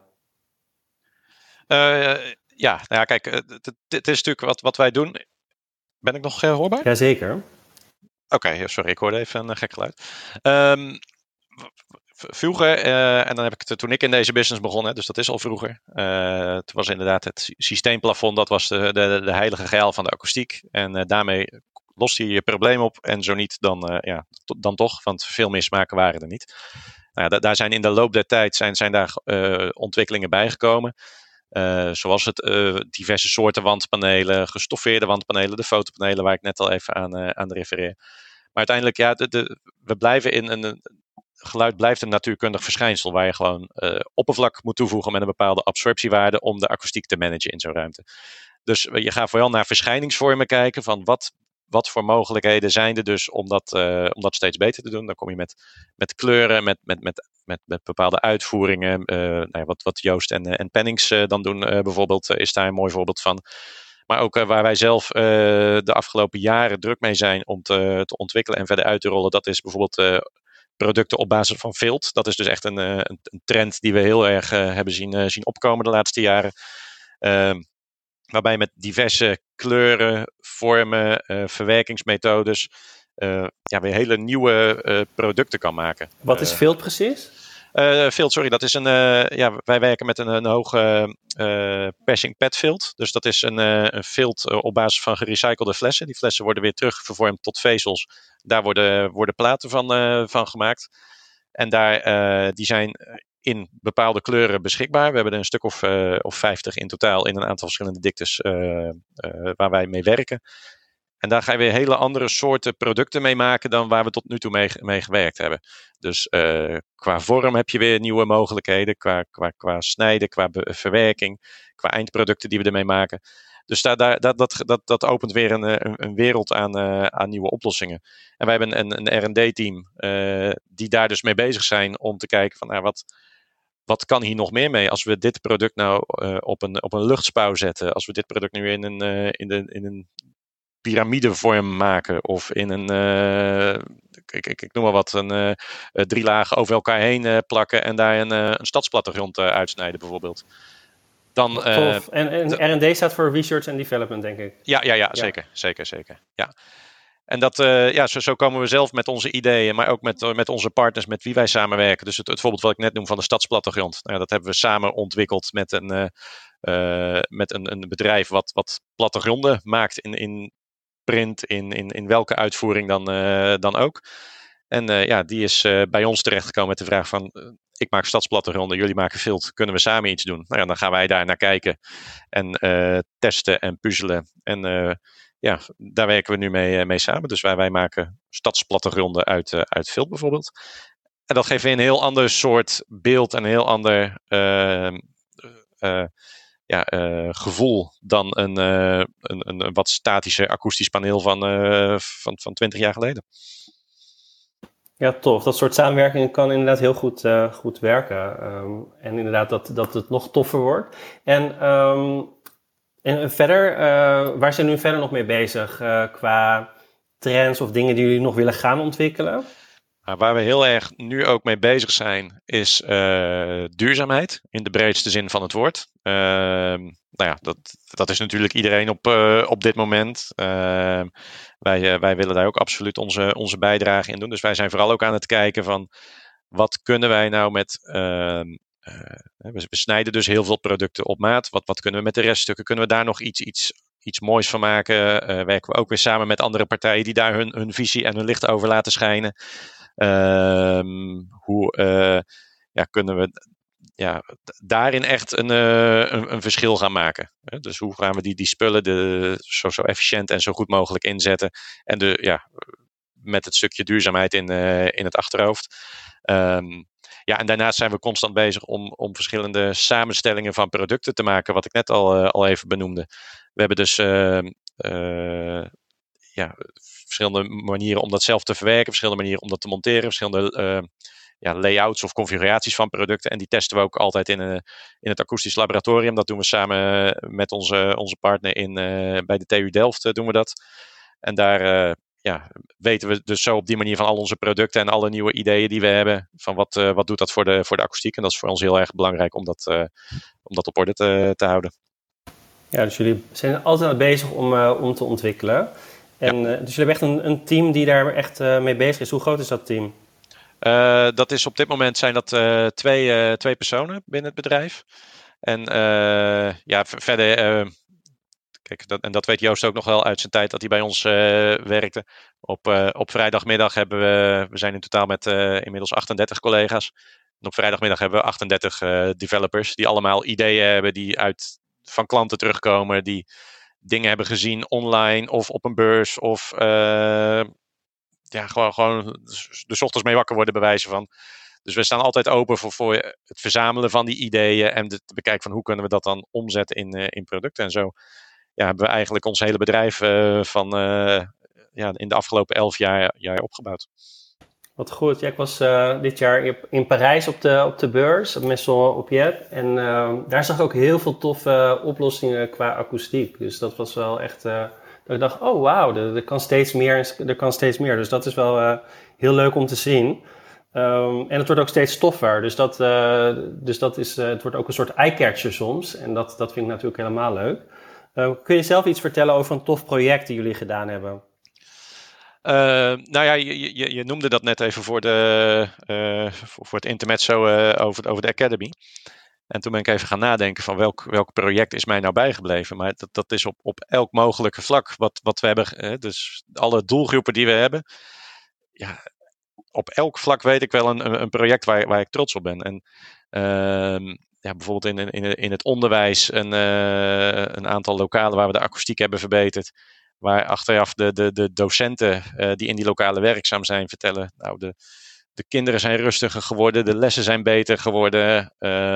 Kijk, het is natuurlijk wat wij doen. Ben ik nog hoorbaar? Jazeker. Oké, sorry, ik hoorde even een gek geluid. vroeger, en dan heb ik het toen ik in deze business begon, dus dat is al vroeger. Toen was inderdaad het systeemplafond, dat was de heilige graal van de akoestiek. En daarmee lost je je probleem op. En zo niet, dan toch, want veel mismaken waren er niet. Nou, daar zijn in de loop der tijd zijn daar ontwikkelingen bijgekomen. Zoals het diverse soorten wandpanelen, gestoffeerde wandpanelen, de fotopanelen waar ik net al even aan refereer. Maar uiteindelijk, we blijven in een geluid blijft een natuurkundig verschijnsel waar je gewoon oppervlak moet toevoegen met een bepaalde absorptiewaarde om de akoestiek te managen in zo'n ruimte. Dus je gaat vooral naar verschijningsvormen kijken van wat voor mogelijkheden zijn er dus om dat steeds beter te doen. Dan kom je met kleuren, met bepaalde uitvoeringen. Wat Joost en Pennings dan doen bijvoorbeeld, is daar een mooi voorbeeld van. Maar ook waar wij zelf de afgelopen jaren druk mee zijn om te ontwikkelen en verder uit te rollen. Dat is bijvoorbeeld producten op basis van vilt. Dat is dus echt een trend die we heel erg hebben zien opkomen de laatste jaren. Waarbij je met diverse kleuren, vormen, verwerkingsmethodes weer hele nieuwe producten kan maken. Wat is vilt precies? Vilt, dat is wij werken met een hoge passing pet vilt. Dus dat is een vilt op basis van gerecyclede flessen. Die flessen worden weer terug vervormd tot vezels. Daar worden platen van gemaakt. En die zijn in bepaalde kleuren beschikbaar. We hebben er een stuk of 50 in totaal in een aantal verschillende diktes waar wij mee werken. En daar ga je weer hele andere soorten producten mee maken dan waar we tot nu toe mee gewerkt hebben. Dus qua vorm heb je weer nieuwe mogelijkheden, qua snijden, qua verwerking, qua eindproducten die we ermee maken. Dus dat opent weer een wereld aan nieuwe oplossingen. En wij hebben een R&D-team die daar dus mee bezig zijn om te kijken van wat kan hier nog meer mee? Als we dit product nou op een luchtspouw zetten, als we dit product nu in een piramidevorm maken of in ik noem maar wat, een 3 lagen over elkaar heen plakken en daar een stadsplattegrond uitsnijden bijvoorbeeld. Dan, tof. En R&D staat voor Research and Development, denk ik. Ja. Zeker. Ja. En dat, zo komen we zelf met onze ideeën, maar ook met onze partners met wie wij samenwerken. Dus het voorbeeld wat ik net noem van de stadsplattegrond. Dat hebben we samen ontwikkeld met een bedrijf wat plattegronden maakt in print, in welke uitvoering dan ook. En die is bij ons terechtgekomen met de vraag van, ik maak stadsplattegronden, jullie maken vilt, kunnen we samen iets doen? Dan gaan wij daar naar kijken en testen en puzzelen. En daar werken we nu mee samen. Dus wij maken stadsplattegronden uit vilt bijvoorbeeld. En dat geeft weer een heel ander soort beeld en een heel ander gevoel dan een wat statischer akoestisch paneel van 20 jaar geleden. Ja, tof. Dat soort samenwerkingen kan inderdaad heel goed werken. En inderdaad dat het nog toffer wordt. En verder, waar zijn jullie verder nog mee bezig qua trends of dingen die jullie nog willen gaan ontwikkelen? Waar we heel erg nu ook mee bezig zijn, is duurzaamheid in de breedste zin van het woord. Dat is natuurlijk iedereen op dit moment. Wij willen daar ook absoluut onze bijdrage in doen. Dus wij zijn vooral ook aan het kijken van wat kunnen wij nou met... we snijden dus heel veel producten op maat. Wat kunnen we met de reststukken? Kunnen we daar nog iets moois van maken? Werken we ook weer samen met andere partijen die daar hun visie en hun licht over laten schijnen? Kunnen we daarin echt een verschil gaan maken? Dus hoe gaan we die spullen zo efficiënt en zo goed mogelijk inzetten? En met het stukje duurzaamheid in het achterhoofd. En daarnaast zijn we constant bezig om verschillende samenstellingen van producten te maken, wat ik net al even benoemde. We hebben dus verschillende manieren om dat zelf te verwerken, verschillende manieren om dat te monteren, verschillende layouts of configuraties van producten. En die testen we ook altijd in het akoestisch laboratorium. Dat doen we samen met onze partner bij de TU Delft doen we dat. En daar weten we dus zo op die manier van al onze producten en alle nieuwe ideeën die we hebben, van wat doet dat voor de akoestiek. En dat is voor ons heel erg belangrijk om dat op orde te houden. Ja, dus jullie zijn altijd bezig om te ontwikkelen. En dus jullie hebben echt een team die daar echt mee bezig is. Hoe groot is dat team? Dat is op dit moment zijn dat twee personen binnen het bedrijf. En verder, kijk, dat weet Joost ook nog wel uit zijn tijd dat hij bij ons werkte. Op vrijdagmiddag hebben we zijn in totaal met inmiddels 38 collega's. En op vrijdagmiddag hebben we 38 developers die allemaal ideeën hebben die van klanten terugkomen. Die dingen hebben gezien online of op een beurs of gewoon de ochtends mee wakker worden bewijzen van. Dus we staan altijd open voor het verzamelen van die ideeën en te bekijken van hoe kunnen we dat dan omzetten in producten. En zo hebben we eigenlijk ons hele bedrijf in de afgelopen 11 jaar opgebouwd. Wat goed. Ja, ik was dit jaar in Parijs op de beurs, op Maison Objet. En daar zag ik ook heel veel toffe oplossingen qua akoestiek. Dus dat was wel echt... dat ik dacht, oh wauw, er kan steeds meer. Dus dat is wel heel leuk om te zien. En het wordt ook steeds toffer. Dus dat is, het wordt ook een soort eye-catcher soms. En dat vind ik natuurlijk helemaal leuk. Kun je zelf iets vertellen over een tof project die jullie gedaan hebben? Je noemde dat net even voor het intermezzo over de Academy. En toen ben ik even gaan nadenken van welk project is mij nou bijgebleven. Maar dat is op elk mogelijke vlak wat we hebben. Dus alle doelgroepen die we hebben. Ja, op elk vlak weet ik wel een project waar ik trots op ben. En bijvoorbeeld in het onderwijs een aantal lokalen waar we de akoestiek hebben verbeterd. Waar achteraf de docenten die in die lokalen werkzaam zijn vertellen. Nou, de kinderen zijn rustiger geworden, de lessen zijn beter geworden.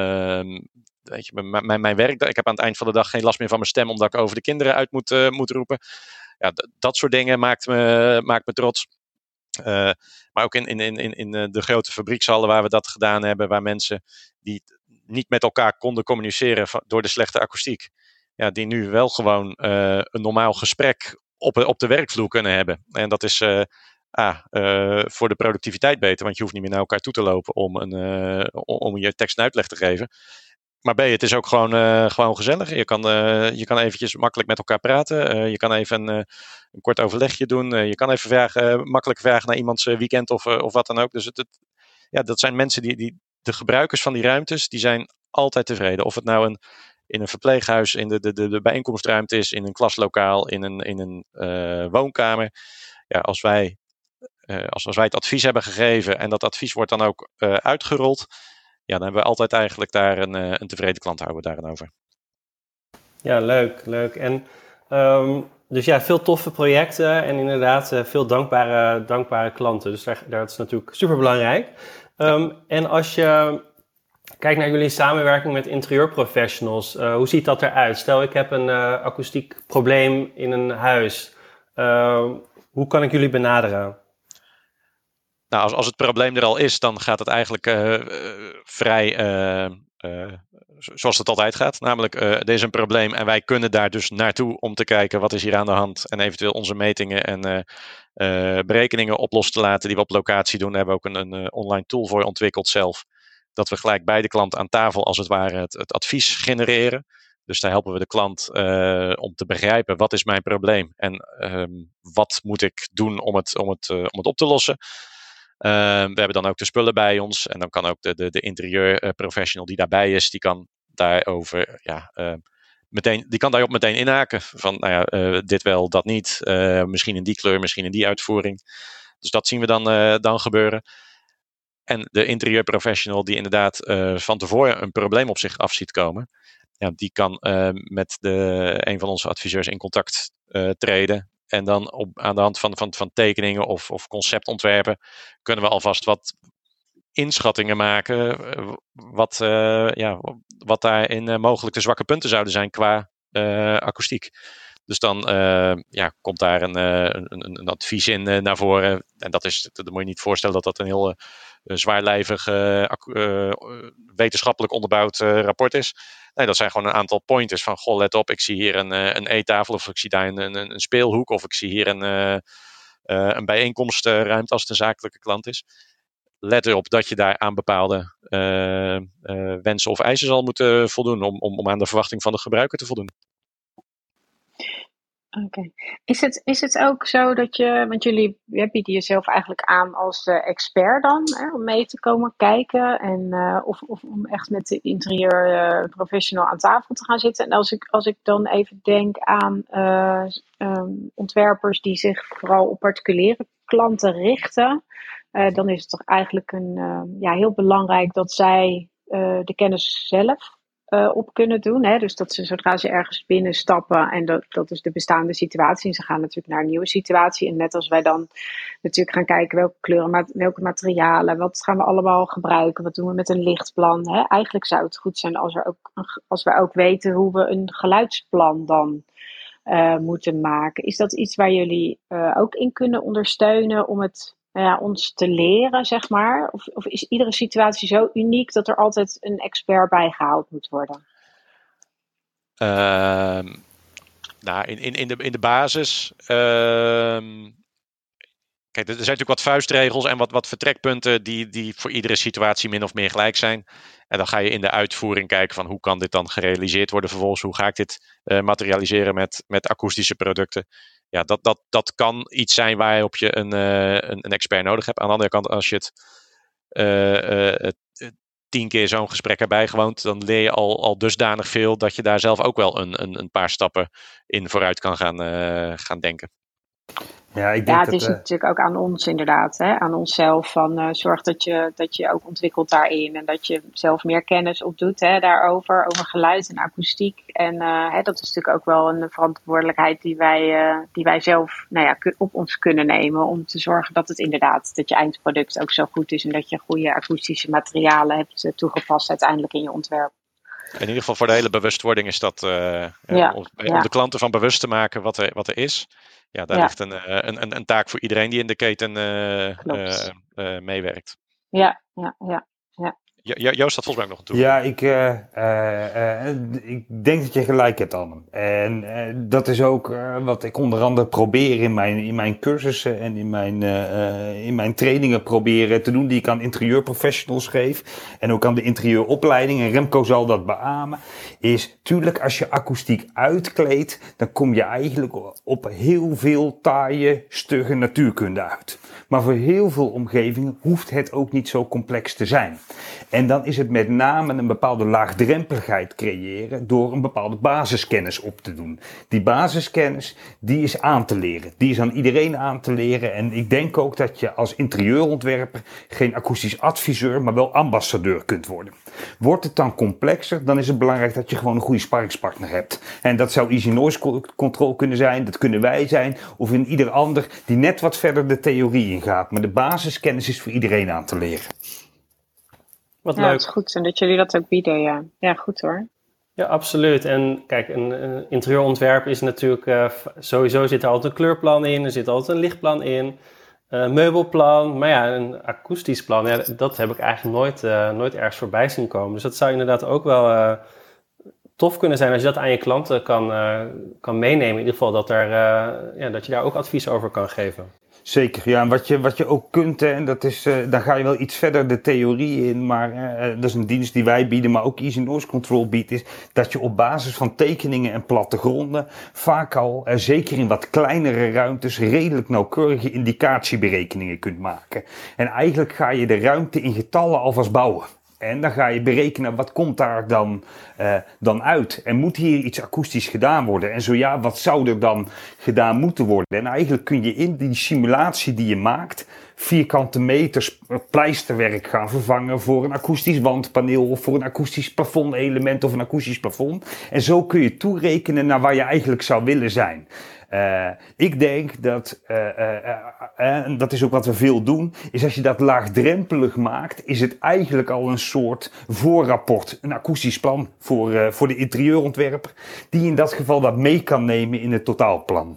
Weet je, mijn werk, ik heb aan het eind van de dag geen last meer van mijn stem omdat ik over de kinderen uit moet roepen. Ja, dat soort dingen maakt me trots. Maar ook in de grote fabriekshallen waar we dat gedaan hebben, waar mensen die niet met elkaar konden communiceren door de slechte akoestiek, die nu wel gewoon een normaal gesprek op de werkvloer kunnen hebben. En dat is voor de productiviteit beter, want je hoeft niet meer naar elkaar toe te lopen om je tekst en uitleg te geven. Maar B, het is ook gewoon gezellig. Je kan eventjes makkelijk met elkaar praten. Je kan even een kort overlegje doen. Je kan even makkelijk vragen naar iemands weekend of wat dan ook. Dus dat zijn mensen de gebruikers van die ruimtes, die zijn altijd tevreden. Of het nou in een verpleeghuis, in de bijeenkomstruimte is, in een klaslokaal, in een woonkamer. Ja, als wij het advies hebben gegeven en dat advies wordt dan ook uitgerold, dan hebben we altijd eigenlijk daar een tevreden klant houden daarover. Ja, leuk. En dus veel toffe projecten en inderdaad veel dankbare klanten. Dus dat is natuurlijk super belangrijk. En als je kijkt naar jullie samenwerking met interieurprofessionals, hoe ziet dat eruit? Stel, ik heb een akoestiek probleem in een huis. Hoe kan ik jullie benaderen? Nou, als het probleem er al is, dan gaat het eigenlijk vrij zoals het altijd gaat. Namelijk, er is een probleem en wij kunnen daar dus naartoe om te kijken wat is hier aan de hand. En eventueel onze metingen en berekeningen op los te laten die we op locatie doen. Daar hebben we ook een online tool voor ontwikkeld zelf. Dat we gelijk bij de klant aan tafel als het ware het advies genereren. Dus daar helpen we de klant om te begrijpen wat is mijn probleem en wat moet ik doen om het op te lossen. We hebben dan ook de spullen bij ons en dan kan ook de interieurprofessional die daarbij is, die kan daarover daarop meteen inhaken. Van dit wel, dat niet. Misschien in die kleur, misschien in die uitvoering. Dus dat zien we dan gebeuren. En de interieurprofessional die inderdaad van tevoren een probleem op zich af ziet komen, die kan met een van onze adviseurs in contact treden. En dan aan de hand van tekeningen of conceptontwerpen kunnen we alvast wat inschattingen maken. Wat daarin mogelijk de zwakke punten zouden zijn qua akoestiek. Dus dan komt daar een advies in naar voren. En dat moet je niet voorstellen dat dat een heel zwaarlijvig wetenschappelijk onderbouwd rapport is. Nee, dat zijn gewoon een aantal pointers van, goh, let op, ik zie hier een eettafel of ik zie daar een speelhoek of ik zie hier een bijeenkomstruimte als het een zakelijke klant is. Let erop dat je daar aan bepaalde wensen of eisen zal moeten voldoen om aan de verwachting van de gebruiker te voldoen. Oké. Is het ook zo dat want jullie bieden jezelf eigenlijk aan als expert dan, hè, om mee te komen kijken en of om echt met de interieur professional aan tafel te gaan zitten? En als ik dan even denk aan ontwerpers die zich vooral op particuliere klanten richten, dan is het toch eigenlijk heel belangrijk dat zij de kennis zelf op kunnen doen. Hè? Dus dat ze zodra ze ergens binnenstappen, en dat is de bestaande situatie, en ze gaan natuurlijk naar een nieuwe situatie. En net als wij dan natuurlijk gaan kijken welke kleuren, welke materialen, wat gaan we allemaal gebruiken, wat doen we met een lichtplan. Hè? Eigenlijk zou het goed zijn als we ook weten hoe we een geluidsplan dan moeten maken. Is dat iets waar jullie ook in kunnen ondersteunen om het ons te leren, zeg maar? Of is iedere situatie zo uniek dat er altijd een expert bij gehaald moet worden? Nou, in de basis. Kijk, er zijn natuurlijk wat vuistregels en wat vertrekpunten die voor iedere situatie min of meer gelijk zijn. En dan ga je in de uitvoering kijken van hoe kan dit dan gerealiseerd worden vervolgens. Hoe ga ik dit materialiseren met akoestische producten. Ja, dat kan iets zijn waarop je een expert nodig hebt. Aan de andere kant, als je het 10 keer zo'n gesprek erbij gewoond, dan leer je al dusdanig veel dat je daar zelf ook wel een paar stappen in vooruit kan gaan denken. Ja, ik denk Het is natuurlijk ook aan ons inderdaad, hè? Aan onszelf. Van zorg dat je ook ontwikkelt daarin en dat je zelf meer kennis opdoet, hè, daarover, over geluid en akoestiek. En dat is natuurlijk ook wel een verantwoordelijkheid die wij zelf op ons kunnen nemen om te zorgen dat het inderdaad, dat je eindproduct ook zo goed is en dat je goede akoestische materialen hebt toegepast uiteindelijk in je ontwerp. In ieder geval voor de hele bewustwording is dat om de klanten van bewust te maken wat er is. Ja, daar ligt een taak voor iedereen die in de keten meewerkt. Ja. Joost had volgens mij ook nog een toe. Ja, ik denk dat je gelijk hebt, Anne. En dat is ook wat ik onder andere probeer in mijn cursussen en in mijn trainingen proberen te doen, die ik aan interieurprofessionals geef. En ook aan de interieuropleiding. En Remco zal dat beamen. Is tuurlijk, als je akoestiek uitkleedt, dan kom je eigenlijk op heel veel taaie, stugge natuurkunde uit. Maar voor heel veel omgevingen hoeft het ook niet zo complex te zijn. En dan is het met name een bepaalde laagdrempeligheid creëren door een bepaalde basiskennis op te doen. Die basiskennis, die is aan te leren. Die is aan iedereen aan te leren. En ik denk ook dat je als interieurontwerper geen akoestisch adviseur, maar wel ambassadeur kunt worden. Wordt het dan complexer, dan is het belangrijk dat je gewoon een goede sparringspartner hebt. En dat zou Easy Noise Control kunnen zijn, dat kunnen wij zijn, of in ieder ander die net wat verder de theorie ingaat. Maar de basiskennis is voor iedereen aan te leren. Wat leuk. Het is goed en dat jullie dat ook bieden, ja. Ja, goed hoor. Ja, absoluut. En kijk, een interieurontwerp is natuurlijk, sowieso zit er altijd een kleurplan in, er zit altijd een lichtplan in, meubelplan, maar ja, een akoestisch plan, ja, dat heb ik eigenlijk nooit ergens voorbij zien komen. Dus dat zou inderdaad ook wel tof kunnen zijn als je dat aan je klanten kan meenemen. In ieder geval dat je daar ook advies over kan geven. Zeker, ja. En wat je ook kunt, en dat is, dan ga je wel iets verder de theorie in, maar dat is een dienst die wij bieden, maar ook Easy Noise Control biedt, is dat je op basis van tekeningen en plattegronden vaak al, zeker in wat kleinere ruimtes, redelijk nauwkeurige indicatieberekeningen kunt maken. En eigenlijk ga je de ruimte in getallen alvast bouwen. En dan ga je berekenen, wat komt daar dan uit? En moet hier iets akoestisch gedaan worden? En zo ja, wat zou er dan gedaan moeten worden? En eigenlijk kun je in die simulatie die je maakt, vierkante meters pleisterwerk gaan vervangen voor een akoestisch wandpaneel of voor een akoestisch plafondelement of een akoestisch plafond. En zo kun je toerekenen naar waar je eigenlijk zou willen zijn. Ik denk dat, en dat is ook wat we veel doen, is als je dat laagdrempelig maakt, is het eigenlijk al een soort voorrapport, een akoestisch plan voor de interieurontwerper, die in dat geval dat mee kan nemen in het totaalplan.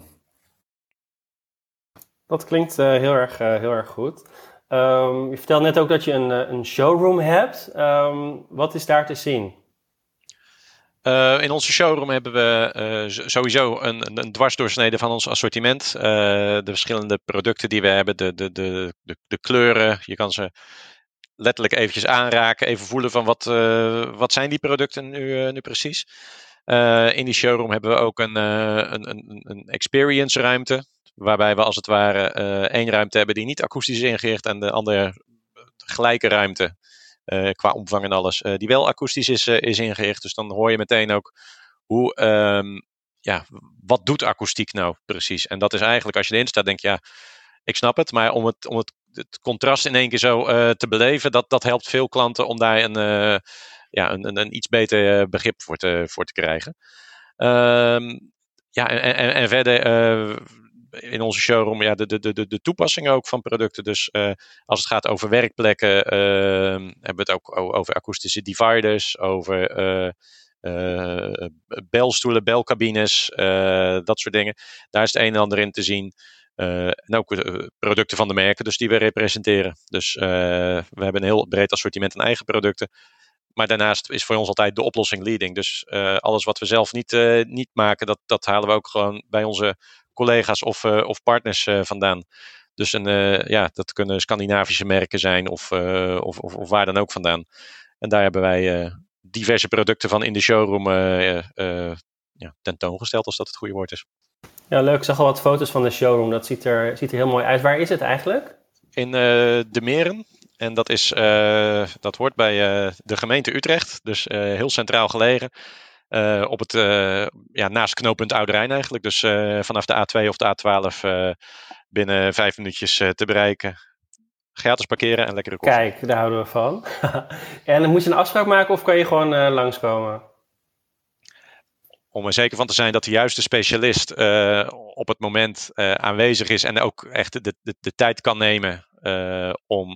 Dat klinkt heel erg goed. Je vertelde net ook dat je een showroom hebt. Wat is daar te zien? In onze showroom hebben we sowieso een dwarsdoorsnede van ons assortiment. De verschillende producten die we hebben, de kleuren. Je kan ze letterlijk eventjes aanraken, even voelen van wat zijn die producten nu precies. In die showroom hebben we ook een experience ruimte. Waarbij we als het ware één ruimte hebben die niet akoestisch is ingericht. En de andere gelijke ruimte qua omvang en alles. Die wel akoestisch is ingericht. Dus dan hoor je meteen ook hoe... wat doet akoestiek nou precies? En dat is eigenlijk, als je erin staat, denk je, ja, ik snap het. Maar om het contrast in één keer zo te beleven, dat helpt veel klanten om daar een iets beter begrip voor te krijgen. En verder in onze showroom de toepassingen ook van producten. Dus als het gaat over werkplekken, hebben we het ook over akoestische dividers, over belstoelen, belcabines, dat soort dingen. Daar is het een en ander in te zien. En ook producten van de merken dus die we representeren. Dus we hebben een heel breed assortiment aan eigen producten. Maar daarnaast is voor ons altijd de oplossing leading. Dus alles wat we zelf niet maken, dat halen we ook gewoon bij onze collega's of partners vandaan. Dus dat kunnen Scandinavische merken zijn of waar dan ook vandaan. En daar hebben wij diverse producten van in de showroom tentoongesteld, als dat het goede woord is. Ja, leuk. Ik zag al wat foto's van de showroom. Dat ziet er heel mooi uit. Waar is het eigenlijk? In De Meren. En dat hoort bij de gemeente Utrecht. Dus heel centraal gelegen. Naast knooppunt Oude Rijn eigenlijk. Dus vanaf de A2 of de A12 binnen 5 minuutjes te bereiken. Gratis parkeren en lekkere koffie. Kijk, daar houden we van. En moet je een afspraak maken of kan je gewoon langskomen? Om er zeker van te zijn dat de juiste specialist op het moment aanwezig is en ook echt de tijd kan nemen om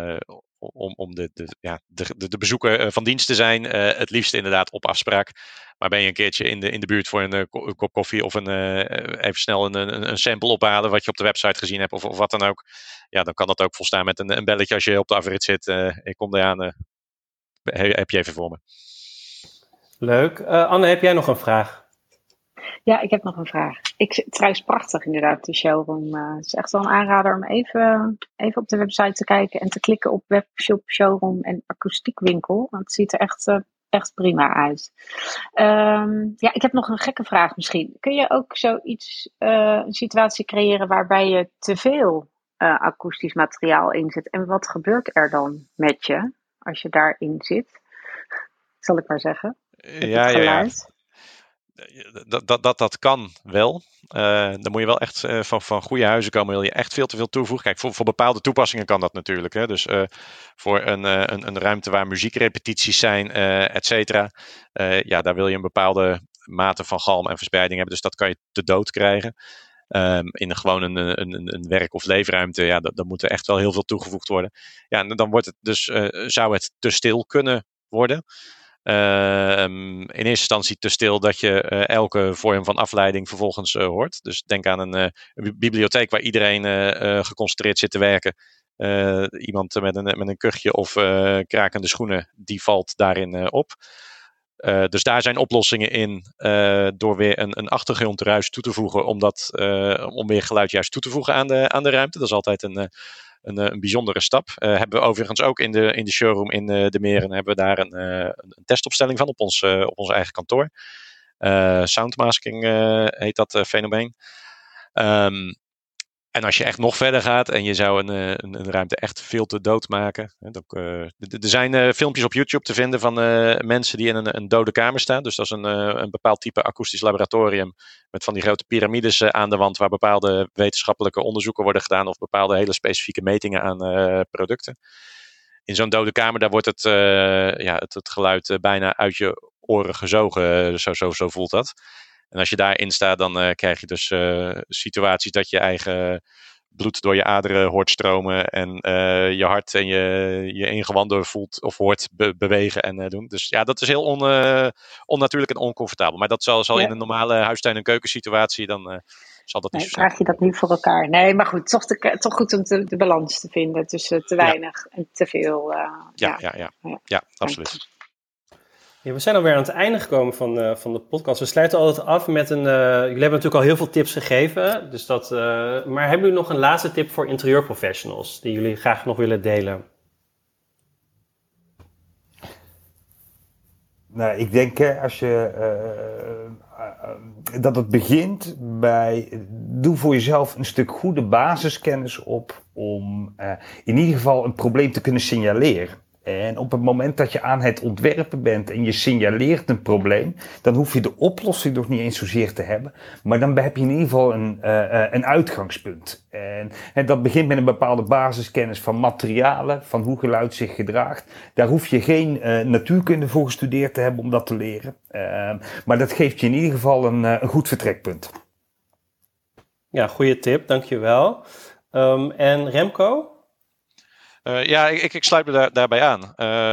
de bezoeker van dienst te zijn. Het liefst inderdaad op afspraak. Maar ben je een keertje in de buurt voor een kop koffie of even snel een sample ophalen wat je op de website gezien hebt of wat dan ook. Ja, dan kan dat ook volstaan met een belletje als je op de afrit zit. Ik kom eraan. Heb je even voor me. Leuk. Anne, heb jij nog een vraag? Ja, ik heb nog een vraag. Trouwens prachtig inderdaad, de showroom. Het is echt wel een aanrader om even op de website te kijken en te klikken op webshop, showroom en akostiekwinkel. Want het ziet er echt prima uit. Ik heb nog een gekke vraag misschien. Kun je ook zoiets, een situatie creëren waarbij je te veel akoestisch materiaal inzet? En wat gebeurt er dan met je als je daarin zit? Zal ik maar zeggen. Ja. Dat kan wel. Dan moet je wel echt van goede huizen komen. Wil je echt veel te veel toevoegen. Kijk, voor bepaalde toepassingen kan dat natuurlijk. Hè. Dus voor een ruimte waar muziekrepetities zijn, et cetera. Daar wil je een bepaalde mate van galm en verspreiding hebben. Dus dat kan je te dood krijgen. In gewoon een werk- of leefruimte, dan moet er echt wel heel veel toegevoegd worden. Ja, en dan wordt het dus, zou het te stil kunnen worden. In eerste instantie te stil dat je elke vorm van afleiding vervolgens hoort. Dus denk aan een bibliotheek waar iedereen geconcentreerd zit te werken. Iemand met een kuchje of krakende schoenen, die valt daarin op. Dus daar zijn oplossingen in door weer een achtergrondruis toe te voegen om weer geluid juist toe te voegen aan de ruimte. Dat is altijd een bijzondere stap. Hebben we overigens ook in de showroom in De Meren hebben we daar een testopstelling van op ons eigen kantoor. Soundmasking heet dat fenomeen. En als je echt nog verder gaat en je zou een ruimte echt veel te dood maken. Er zijn filmpjes op YouTube te vinden van mensen die in een dode kamer staan. Dus dat is een bepaald type akoestisch laboratorium met van die grote piramides aan de wand waar bepaalde wetenschappelijke onderzoeken worden gedaan of bepaalde hele specifieke metingen aan producten. In zo'n dode kamer daar wordt het geluid bijna uit je oren gezogen. Zo voelt dat. En als je daarin staat, dan krijg je dus situaties dat je eigen bloed door je aderen hoort stromen. En je hart en je ingewanden voelt of hoort bewegen en doen. Dus ja, dat is heel onnatuurlijk en oncomfortabel. Maar dat zal in een normale huistuin- en keukensituatie, dan zal dat niet zo zijn. Krijg je dat niet voor elkaar. Nee, maar goed, toch goed om de balans te vinden tussen te weinig en te veel. Ja, absoluut. Ja, we zijn alweer aan het einde gekomen van de podcast. We sluiten altijd af met jullie hebben natuurlijk al heel veel tips gegeven. Dus maar hebben jullie nog een laatste tip voor interieurprofessionals die jullie graag nog willen delen? Nou, ik denk als je dat het begint bij doe voor jezelf een stuk goede basiskennis op om in ieder geval een probleem te kunnen signaleren. En op het moment dat je aan het ontwerpen bent en je signaleert een probleem, dan hoef je de oplossing nog niet eens zozeer te hebben. Maar dan heb je in ieder geval een uitgangspunt. En dat begint met een bepaalde basiskennis van materialen, van hoe geluid zich gedraagt. Daar hoef je geen natuurkunde voor gestudeerd te hebben om dat te leren. Maar dat geeft je in ieder geval een goed vertrekpunt. Ja, goede tip, dankjewel. En Remco? Ik sluit me daarbij aan.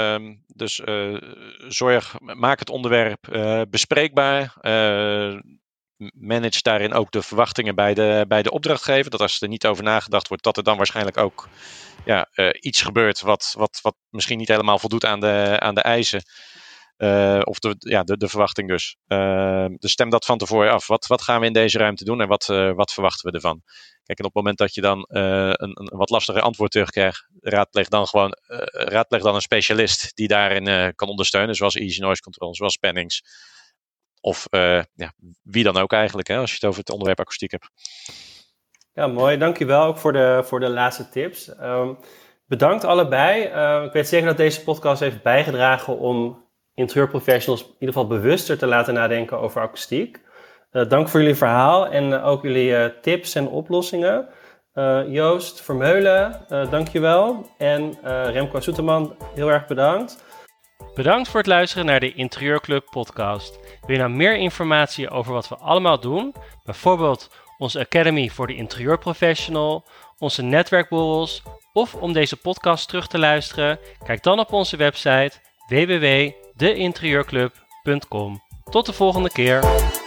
Maak het onderwerp bespreekbaar. Manage daarin ook de verwachtingen bij de opdrachtgever. Dat als er niet over nagedacht wordt, dat er dan waarschijnlijk ook iets gebeurt wat misschien niet helemaal voldoet aan de eisen. Of de verwachting dus. Dus stem dat van tevoren af. Wat gaan we in deze ruimte doen en wat verwachten we ervan? Kijk, en op het moment dat je dan een wat lastiger antwoord terugkrijgt, raadpleeg dan een specialist die daarin kan ondersteunen, zoals Easy Noise Control, zoals Pennings. Of wie dan ook eigenlijk, hè, als je het over het onderwerp akoestiek hebt. Ja, mooi. Dankjewel ook voor de laatste tips. Bedankt allebei. Ik weet zeker dat deze podcast heeft bijgedragen om interieurprofessionals in ieder geval bewuster te laten nadenken over akoestiek. Dank voor jullie verhaal en ook jullie tips en oplossingen. Joost Vermeulen, dankjewel. En Remco Soeterman, heel erg bedankt. Bedankt voor het luisteren naar de Interieurclub podcast. Wil je nou meer informatie over wat we allemaal doen? Bijvoorbeeld onze Academy voor de interieurprofessional, onze netwerkborrels of om deze podcast terug te luisteren? Kijk dan op onze website www.deinterieurclub.com. Tot de volgende keer.